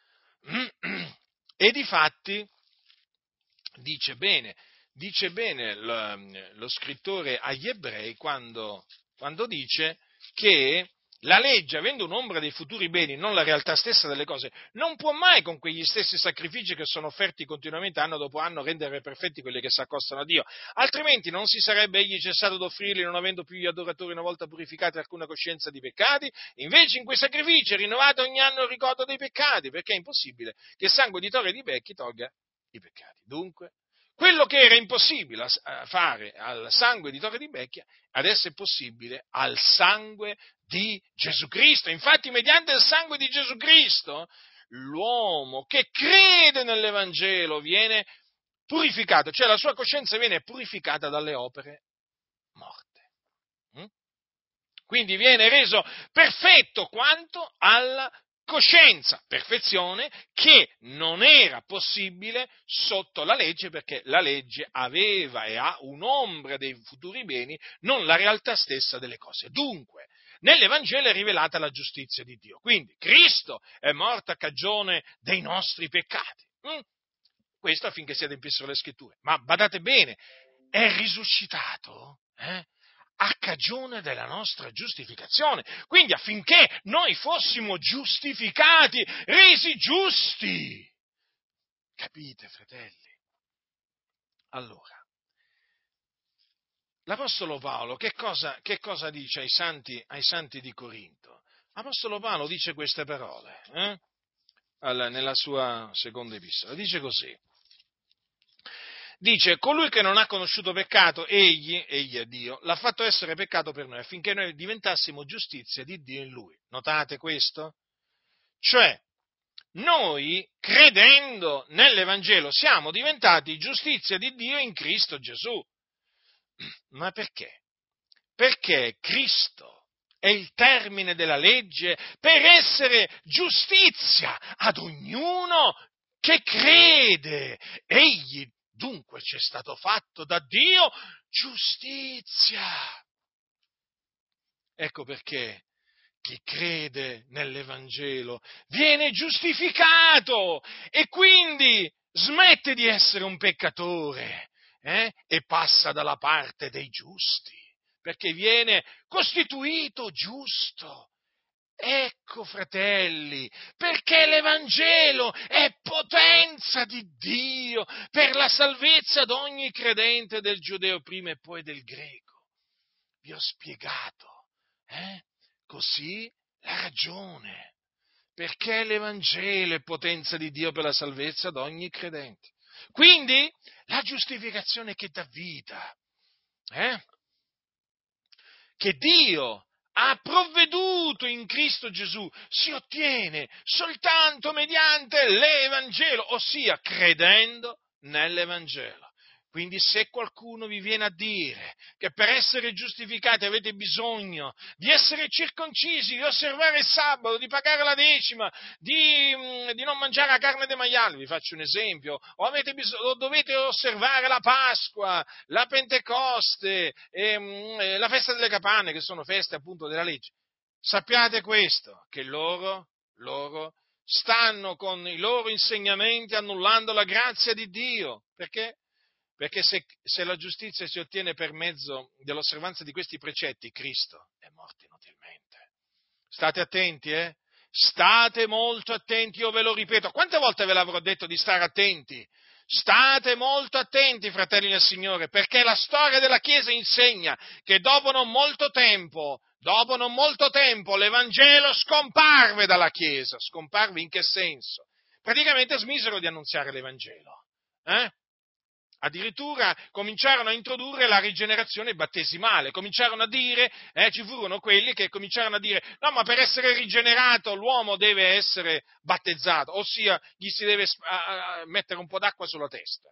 E difatti dice bene, dice bene lo, lo scrittore agli ebrei quando, quando dice che la legge, avendo un'ombra dei futuri beni, non la realtà stessa delle cose, non può mai con quegli stessi sacrifici che sono offerti continuamente anno dopo anno rendere perfetti quelli che si accostano a Dio, altrimenti non si sarebbe egli cessato ad offrirli non avendo più gli adoratori una volta purificati alcuna coscienza di peccati. Invece in quei sacrifici è rinnovato ogni anno il ricordo dei peccati, perché è impossibile che il sangue di tori e di becchi tolga i peccati. Dunque, quello che era impossibile a fare al sangue di Torre di Becchia, adesso è possibile al sangue di Gesù Cristo. Infatti, mediante il sangue di Gesù Cristo, l'uomo che crede nell'Evangelo viene purificato, cioè la sua coscienza viene purificata dalle opere morte. Mm? Quindi viene reso perfetto quanto alla coscienza, perfezione che non era possibile sotto la legge, perché la legge aveva e ha un'ombra dei futuri beni, non la realtà stessa delle cose. Dunque, nell'Evangelo è rivelata la giustizia di Dio. Quindi Cristo è morto a cagione dei nostri peccati. Mm? Questo affinché si adempissero le scritture. Ma badate bene, è risuscitato, eh? a cagione della nostra giustificazione, quindi affinché noi fossimo giustificati, resi giusti. Capite, fratelli? Allora, l'Apostolo Paolo che cosa, che cosa dice ai santi, ai santi di Corinto? L'Apostolo Paolo dice queste parole, eh? Alla, nella sua seconda epistola, dice così. Dice, colui che non ha conosciuto peccato, egli, egli è Dio, l'ha fatto essere peccato per noi, affinché noi diventassimo giustizia di Dio in lui. Notate questo? Cioè, noi, credendo nell'Evangelo, siamo diventati giustizia di Dio in Cristo Gesù. Ma perché? Perché Cristo è il termine della legge per essere giustizia ad ognuno che crede. Egli dunque ci è stato fatto da Dio giustizia. Ecco perché chi crede nell'Evangelo viene giustificato e quindi smette di essere un peccatore eh? e passa dalla parte dei giusti, perché viene costituito giusto. Ecco, fratelli, perché l'Evangelo è potenza di Dio per la salvezza di ogni credente, del giudeo prima e poi del greco. Vi ho spiegato, eh? Così la ragione, perché l'Evangelo è potenza di Dio per la salvezza di ogni credente. Quindi la giustificazione che dà vita, eh? che Dio ha provveduto in Cristo Gesù, si ottiene soltanto mediante l'Evangelo, ossia credendo nell'Evangelo. Quindi se qualcuno vi viene a dire che per essere giustificati avete bisogno di essere circoncisi, di osservare il sabato, di pagare la decima, di, di non mangiare la carne dei maiali, vi faccio un esempio, o, avete bisogno, o dovete osservare la Pasqua, la Pentecoste, e, la festa delle capanne, che sono feste appunto della legge, sappiate questo, che loro, loro stanno con i loro insegnamenti annullando la grazia di Dio. Perché? Perché se, se la giustizia si ottiene per mezzo dell'osservanza di questi precetti, Cristo è morto inutilmente. State attenti, eh? State molto attenti, io ve lo ripeto. Quante volte ve l'avrò detto di stare attenti? State molto attenti, fratelli del Signore, perché la storia della Chiesa insegna che dopo non molto tempo, dopo non molto tempo, l'Evangelo scomparve dalla Chiesa. Scomparve in che senso? Praticamente smisero di annunziare l'Evangelo. Eh? Addirittura cominciarono a introdurre la rigenerazione battesimale, cominciarono a dire, eh, ci furono quelli che cominciarono a dire, no, ma per essere rigenerato l'uomo deve essere battezzato, ossia gli si deve a, a, mettere un po' d'acqua sulla testa.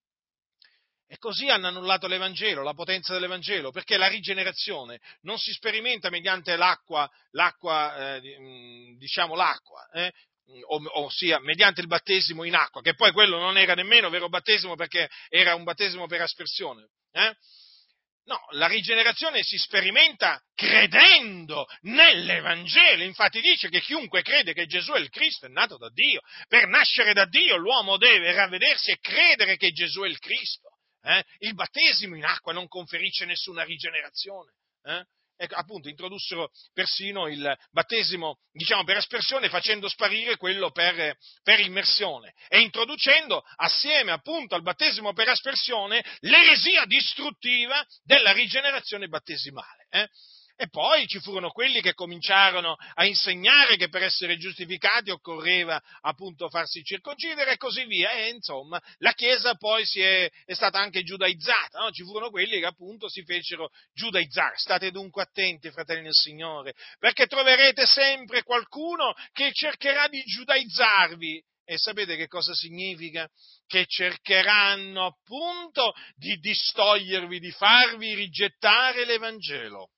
E così hanno annullato l'Evangelo, la potenza dell'Evangelo, perché la rigenerazione non si sperimenta mediante l'acqua, l'acqua eh, diciamo l'acqua, eh, ossia mediante il battesimo in acqua, che poi quello non era nemmeno vero battesimo perché era un battesimo per aspersione. Eh? No, la rigenerazione si sperimenta credendo nell'Evangelo. Infatti dice che chiunque crede che Gesù è il Cristo è nato da Dio. Per nascere da Dio l'uomo deve ravvedersi e credere che Gesù è il Cristo. Eh? Il battesimo in acqua non conferisce nessuna rigenerazione. Eh? E appunto introdussero persino il battesimo, diciamo, per aspersione, facendo sparire quello per, per immersione e introducendo assieme appunto al battesimo per aspersione l'eresia distruttiva della rigenerazione battesimale. Eh? E poi ci furono quelli che cominciarono a insegnare che per essere giustificati occorreva appunto farsi circoncidere e così via, e insomma la Chiesa poi si è, è stata anche giudaizzata, no? Ci furono quelli che appunto si fecero giudaizzare. State dunque attenti, fratelli del Signore, perché troverete sempre qualcuno che cercherà di giudaizzarvi. E sapete che cosa significa? Che cercheranno appunto di distogliervi, di farvi rigettare l'Evangelo.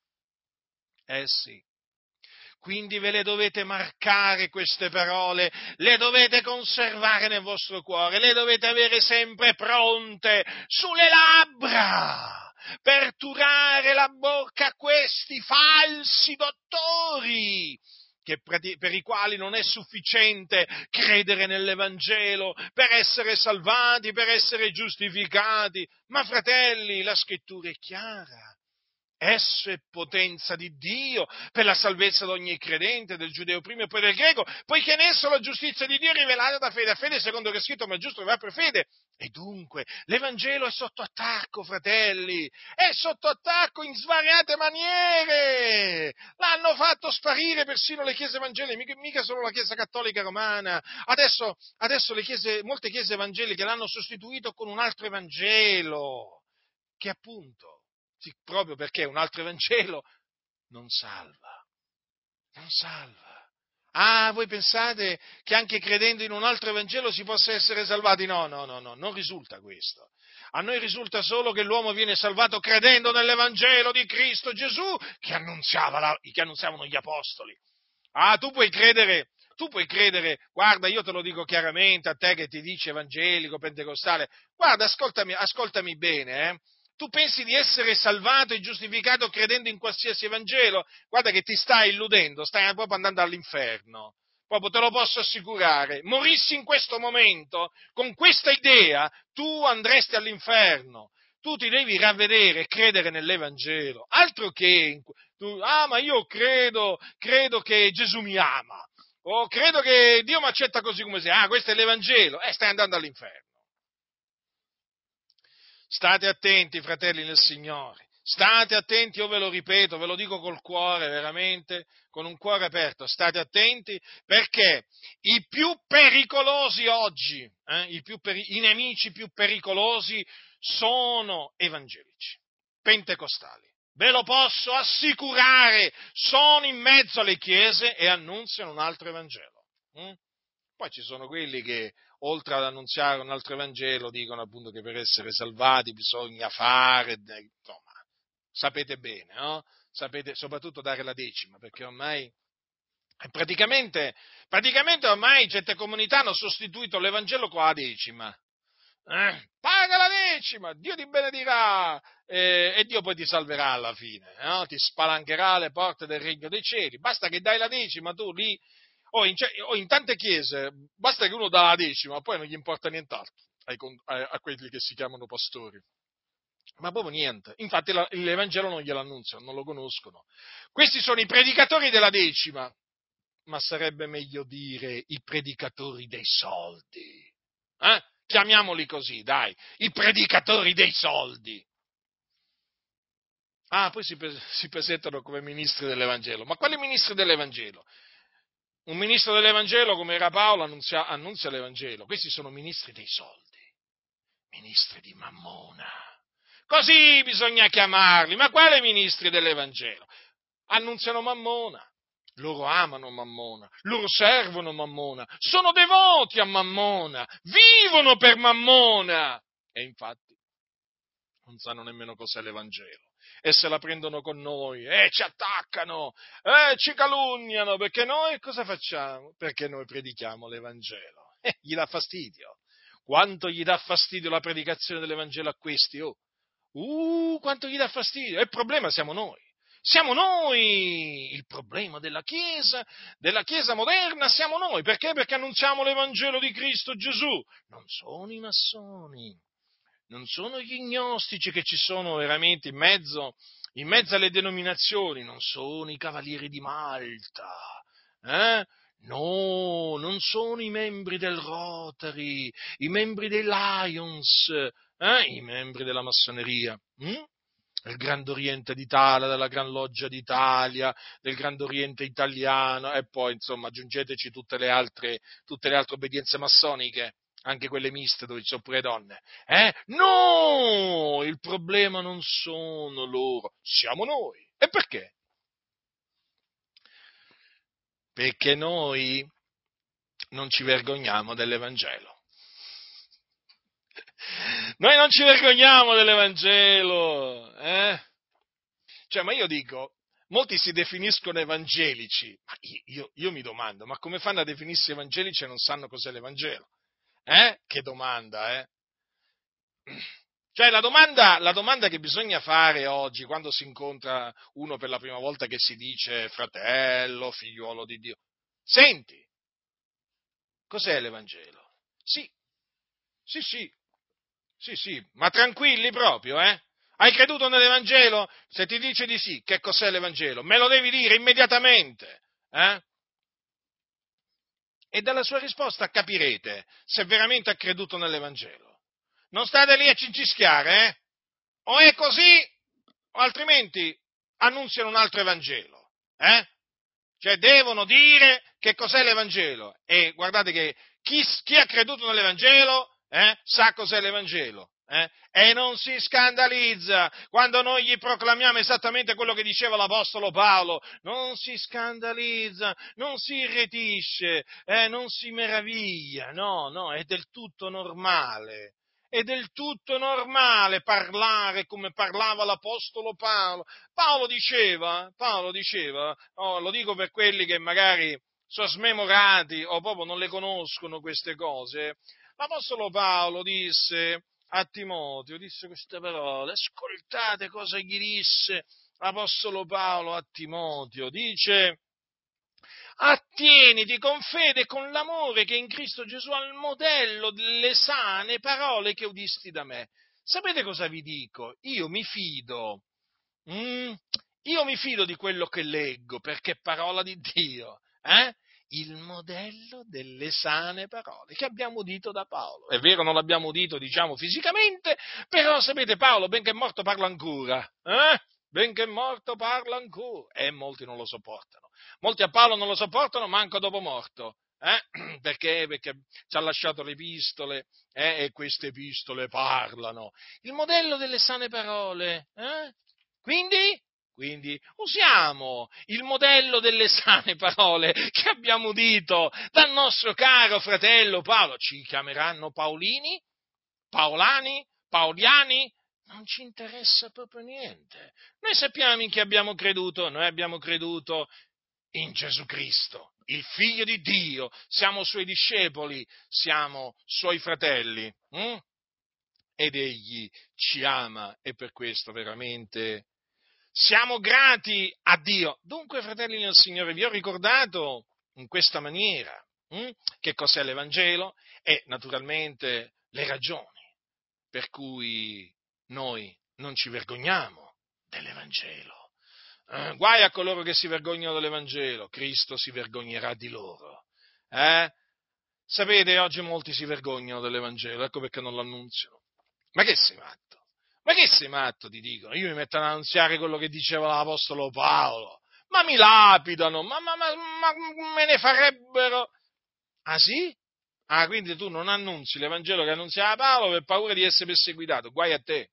Eh sì. Quindi ve le dovete marcare queste parole, le dovete conservare nel vostro cuore, le dovete avere sempre pronte sulle labbra per turare la bocca a questi falsi dottori. Che per i quali non è sufficiente credere nell'Evangelo per essere salvati, per essere giustificati. Ma fratelli, la scrittura è chiara. Esso è potenza di Dio per la salvezza di ogni credente, del giudeo prima e poi del greco, poiché in esso la giustizia di Dio è rivelata da fede a fede, secondo che è scritto, ma il giusto vivrà per fede. E dunque, l'Evangelo è sotto attacco, fratelli, è sotto attacco in svariate maniere. L'hanno fatto sparire persino le chiese evangeliche, mica, mica solo la Chiesa cattolica romana. Adesso, adesso le chiese, molte chiese evangeliche l'hanno sostituito con un altro Evangelo, che appunto, sì, proprio perché un altro Evangelo non salva, non salva. Ah, voi pensate che anche credendo in un altro Evangelo si possa essere salvati? No, no, no, no, non risulta questo. A noi risulta solo che l'uomo viene salvato credendo nell'Evangelo di Cristo Gesù che, annunziava la, che annunziavano gli apostoli. Ah, tu puoi credere, tu puoi credere, guarda, io te lo dico chiaramente a te che ti dici evangelico, pentecostale, guarda, ascoltami, ascoltami bene, eh. Tu pensi di essere salvato e giustificato credendo in qualsiasi Evangelo? Guarda che ti stai illudendo, stai proprio andando all'inferno. Proprio te lo posso assicurare. Morissi in questo momento, con questa idea, tu andresti all'inferno. Tu ti devi ravvedere e credere nell'Evangelo. Altro che, tu, ah ma io credo, credo che Gesù mi ama. O credo che Dio mi accetta così come sei. Ah, questo è l'Evangelo. Eh, stai andando all'inferno. State attenti, fratelli nel Signore, state attenti, io ve lo ripeto, ve lo dico col cuore, veramente, con un cuore aperto, state attenti, perché i più pericolosi oggi, eh, i, più peri- i nemici più pericolosi sono evangelici, pentecostali. Ve lo posso assicurare, sono in mezzo alle chiese e annunziano un altro Evangelo. Hm? Poi ci sono quelli che, oltre ad annunziare un altro Evangelo, dicono appunto che per essere salvati bisogna fare, insomma, sapete bene, no? Sapete soprattutto dare la decima, perché ormai, praticamente, praticamente ormai certe comunità hanno sostituito l'Evangelo con la decima. Eh? Paga la decima, Dio ti benedirà eh, e Dio poi ti salverà alla fine, no? Ti spalancherà le porte del regno dei cieli, basta che dai la decima, tu lì, o in, o in tante chiese, basta che uno dà la decima, poi non gli importa nient'altro ai, a, a quelli che si chiamano pastori. Ma proprio niente, infatti la, l'Evangelo non glielo annunziano, non lo conoscono. Questi sono i predicatori della decima. ma sarebbe meglio dire i predicatori dei soldi. Eh? Chiamiamoli così, dai, i predicatori dei soldi. Ah, poi si, si presentano come ministri dell'Evangelo. Ma quali ministri dell'Evangelo? Un ministro dell'Evangelo, come era Paolo, annunzia, annunzia l'Evangelo. Questi sono ministri dei soldi, ministri di Mammona. Così bisogna chiamarli. Ma quali ministri dell'Evangelo? Annunziano Mammona. Loro amano Mammona, loro servono Mammona, sono devoti a Mammona, vivono per Mammona. E infatti non sanno nemmeno cos'è l'Evangelo. E se la prendono con noi, e ci attaccano, e ci calunniano, perché noi cosa facciamo? Perché noi predichiamo l'Evangelo. Eh, gli dà fastidio. Quanto gli dà fastidio la predicazione dell'Evangelo a questi? Oh, uh, quanto gli dà fastidio. E il problema siamo noi. Siamo noi, il problema della Chiesa, della Chiesa moderna siamo noi. Perché? Perché annunciamo l'Evangelo di Cristo Gesù. Non sono i massoni. Non sono gli gnostici che ci sono veramente in mezzo, in mezzo alle denominazioni, non sono i cavalieri di Malta, eh? No, non sono i membri del Rotary, i membri dei Lions, eh? I membri della massoneria, hm? Il Grande Oriente d'Italia, della Gran Loggia d'Italia, del Grande Oriente italiano, e poi insomma aggiungeteci tutte le altre, tutte le altre obbedienze massoniche, anche quelle miste dove ci sono pure donne. Eh? No! Il problema non sono loro, siamo noi. E perché? Perché noi non ci vergogniamo dell'Evangelo. Noi non ci vergogniamo dell'Evangelo, eh? Cioè, ma io dico, molti si definiscono evangelici, ma io, io mi domando, ma come fanno a definirsi evangelici e non sanno cos'è l'Evangelo? Eh? Che domanda, eh? Cioè, la domanda, la domanda che bisogna fare oggi, quando si incontra uno per la prima volta che si dice fratello, figliuolo di Dio, senti, cos'è l'Evangelo? Sì, sì, sì, sì, sì, ma tranquilli proprio, eh? Hai creduto nell'Evangelo? Se ti dice di sì, che cos'è l'Evangelo? Me lo devi dire immediatamente, eh? E dalla sua risposta capirete se veramente ha creduto nell'Evangelo. Non state lì a cincischiare, eh? O è così, o altrimenti annunziano un altro Evangelo, eh? Cioè devono dire che cos'è l'Evangelo. E guardate che chi, chi ha creduto nell'Evangelo eh, sa cos'è l'Evangelo. Eh? E non si scandalizza quando noi gli proclamiamo esattamente quello che diceva l'Apostolo Paolo. Non si scandalizza, non si irretisce, eh, non si meraviglia. No, no, è del tutto normale. È del tutto normale parlare come parlava l'Apostolo Paolo. Paolo diceva, Paolo diceva, oh, lo dico per quelli che magari sono smemorati o proprio non le conoscono queste cose, l'Apostolo Paolo disse a Timoteo, disse queste parole, ascoltate cosa gli disse l'Apostolo Paolo a Timoteo, dice: attieniti con fede e con l'amore che è in Cristo Gesù al modello delle sane parole che udisti da me. Sapete cosa vi dico? Io mi fido, mm? Io mi fido di quello che leggo perché è parola di Dio, eh? Il modello delle sane parole che abbiamo udito da Paolo. È vero, non l'abbiamo udito, diciamo, fisicamente, però sapete, Paolo, benché è morto, parla ancora, eh? Benché è morto, parla ancora. E molti non lo sopportano. Molti a Paolo non lo sopportano manco dopo morto. Eh? Perché? Perché ci ha lasciato le epistole eh? E queste epistole parlano. Il modello delle sane parole. Eh? Quindi? Quindi usiamo il modello delle sane parole che abbiamo udito dal nostro caro fratello Paolo. Ci chiameranno Paolini? Paolani? Paoliani? Non ci interessa proprio niente. Noi sappiamo in chi abbiamo creduto, noi abbiamo creduto in Gesù Cristo, il Figlio di Dio, siamo suoi discepoli, siamo suoi fratelli, hm? Ed Egli ci ama e per questo veramente siamo grati a Dio. Dunque, fratelli nel Signore, vi ho ricordato in questa maniera hm? che cos'è l'Evangelo e naturalmente le ragioni per cui noi non ci vergogniamo dell'Evangelo. Eh, guai a coloro che si vergognano dell'Evangelo, Cristo si vergognerà di loro. Eh? Sapete, oggi molti si vergognano dell'Evangelo, ecco perché non l'annunziano. Ma che sei matto? Ma che sei matto, ti dicono? Io mi metto ad annunziare quello che diceva l'Apostolo Paolo, ma mi lapidano, ma, ma, ma, ma me ne farebbero... Ah sì? Ah, quindi tu non annunzi l'Evangelo che annunziava Paolo per paura di essere perseguitato, guai a te.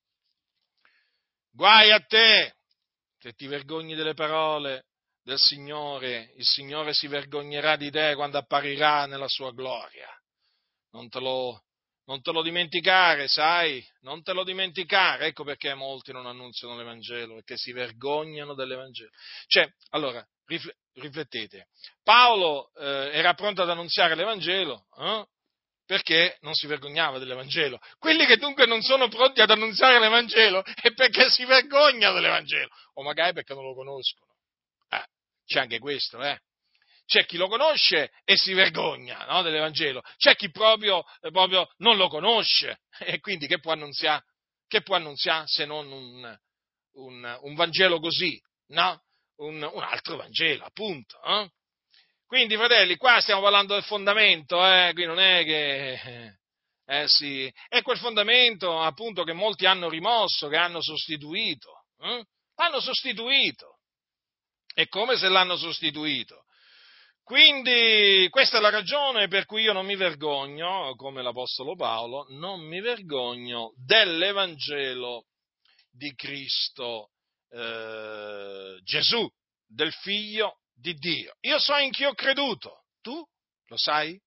Guai a te! Se ti vergogni delle parole del Signore, il Signore si vergognerà di te quando apparirà nella sua gloria. Non te lo, non te lo dimenticare, sai? Non te lo dimenticare. Ecco perché molti non annunziano l'Evangelo, perché si vergognano dell'Evangelo. Cioè, allora, riflettete. Paolo eh, era pronto ad annunziare l'Evangelo, eh? Perché non si vergognava dell'Evangelo. Quelli che dunque non sono pronti ad annunziare l'Evangelo è perché si vergognano dell'Evangelo, o magari perché non lo conoscono. Eh, c'è anche questo, eh. C'è chi lo conosce e si vergogna, no, dell'Evangelo, c'è chi proprio, eh, proprio non lo conosce e quindi che può annunziare, che può annunziare se non un, un, un Vangelo così, no? Un, un altro Vangelo, appunto. Eh? Quindi, fratelli, qua stiamo parlando del fondamento, eh? Qui non è che... Eh sì, è quel fondamento, appunto, che molti hanno rimosso, che hanno sostituito. Eh? L'hanno sostituito. È come se l'hanno sostituito. Quindi, questa è la ragione per cui io non mi vergogno, come l'Apostolo Paolo, non mi vergogno dell'Evangelo di Cristo eh, Gesù, del Figlio di Dio. Io so in chi ho creduto, tu lo sai?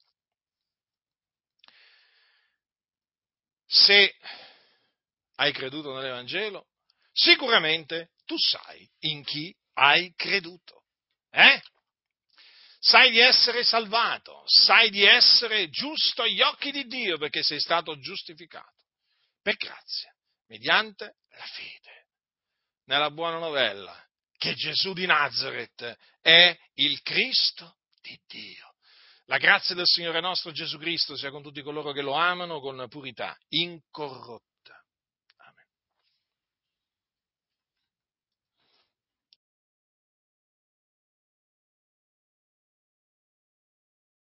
Se hai creduto nell'Evangelo, sicuramente tu sai in chi hai creduto. Eh? Sai di essere salvato, sai di essere giusto agli occhi di Dio perché sei stato giustificato per grazia, mediante la fede, nella buona novella che Gesù di Nazaret è il Cristo di Dio. La grazia del Signore nostro Gesù Cristo sia con tutti coloro che lo amano con purità incorrotta.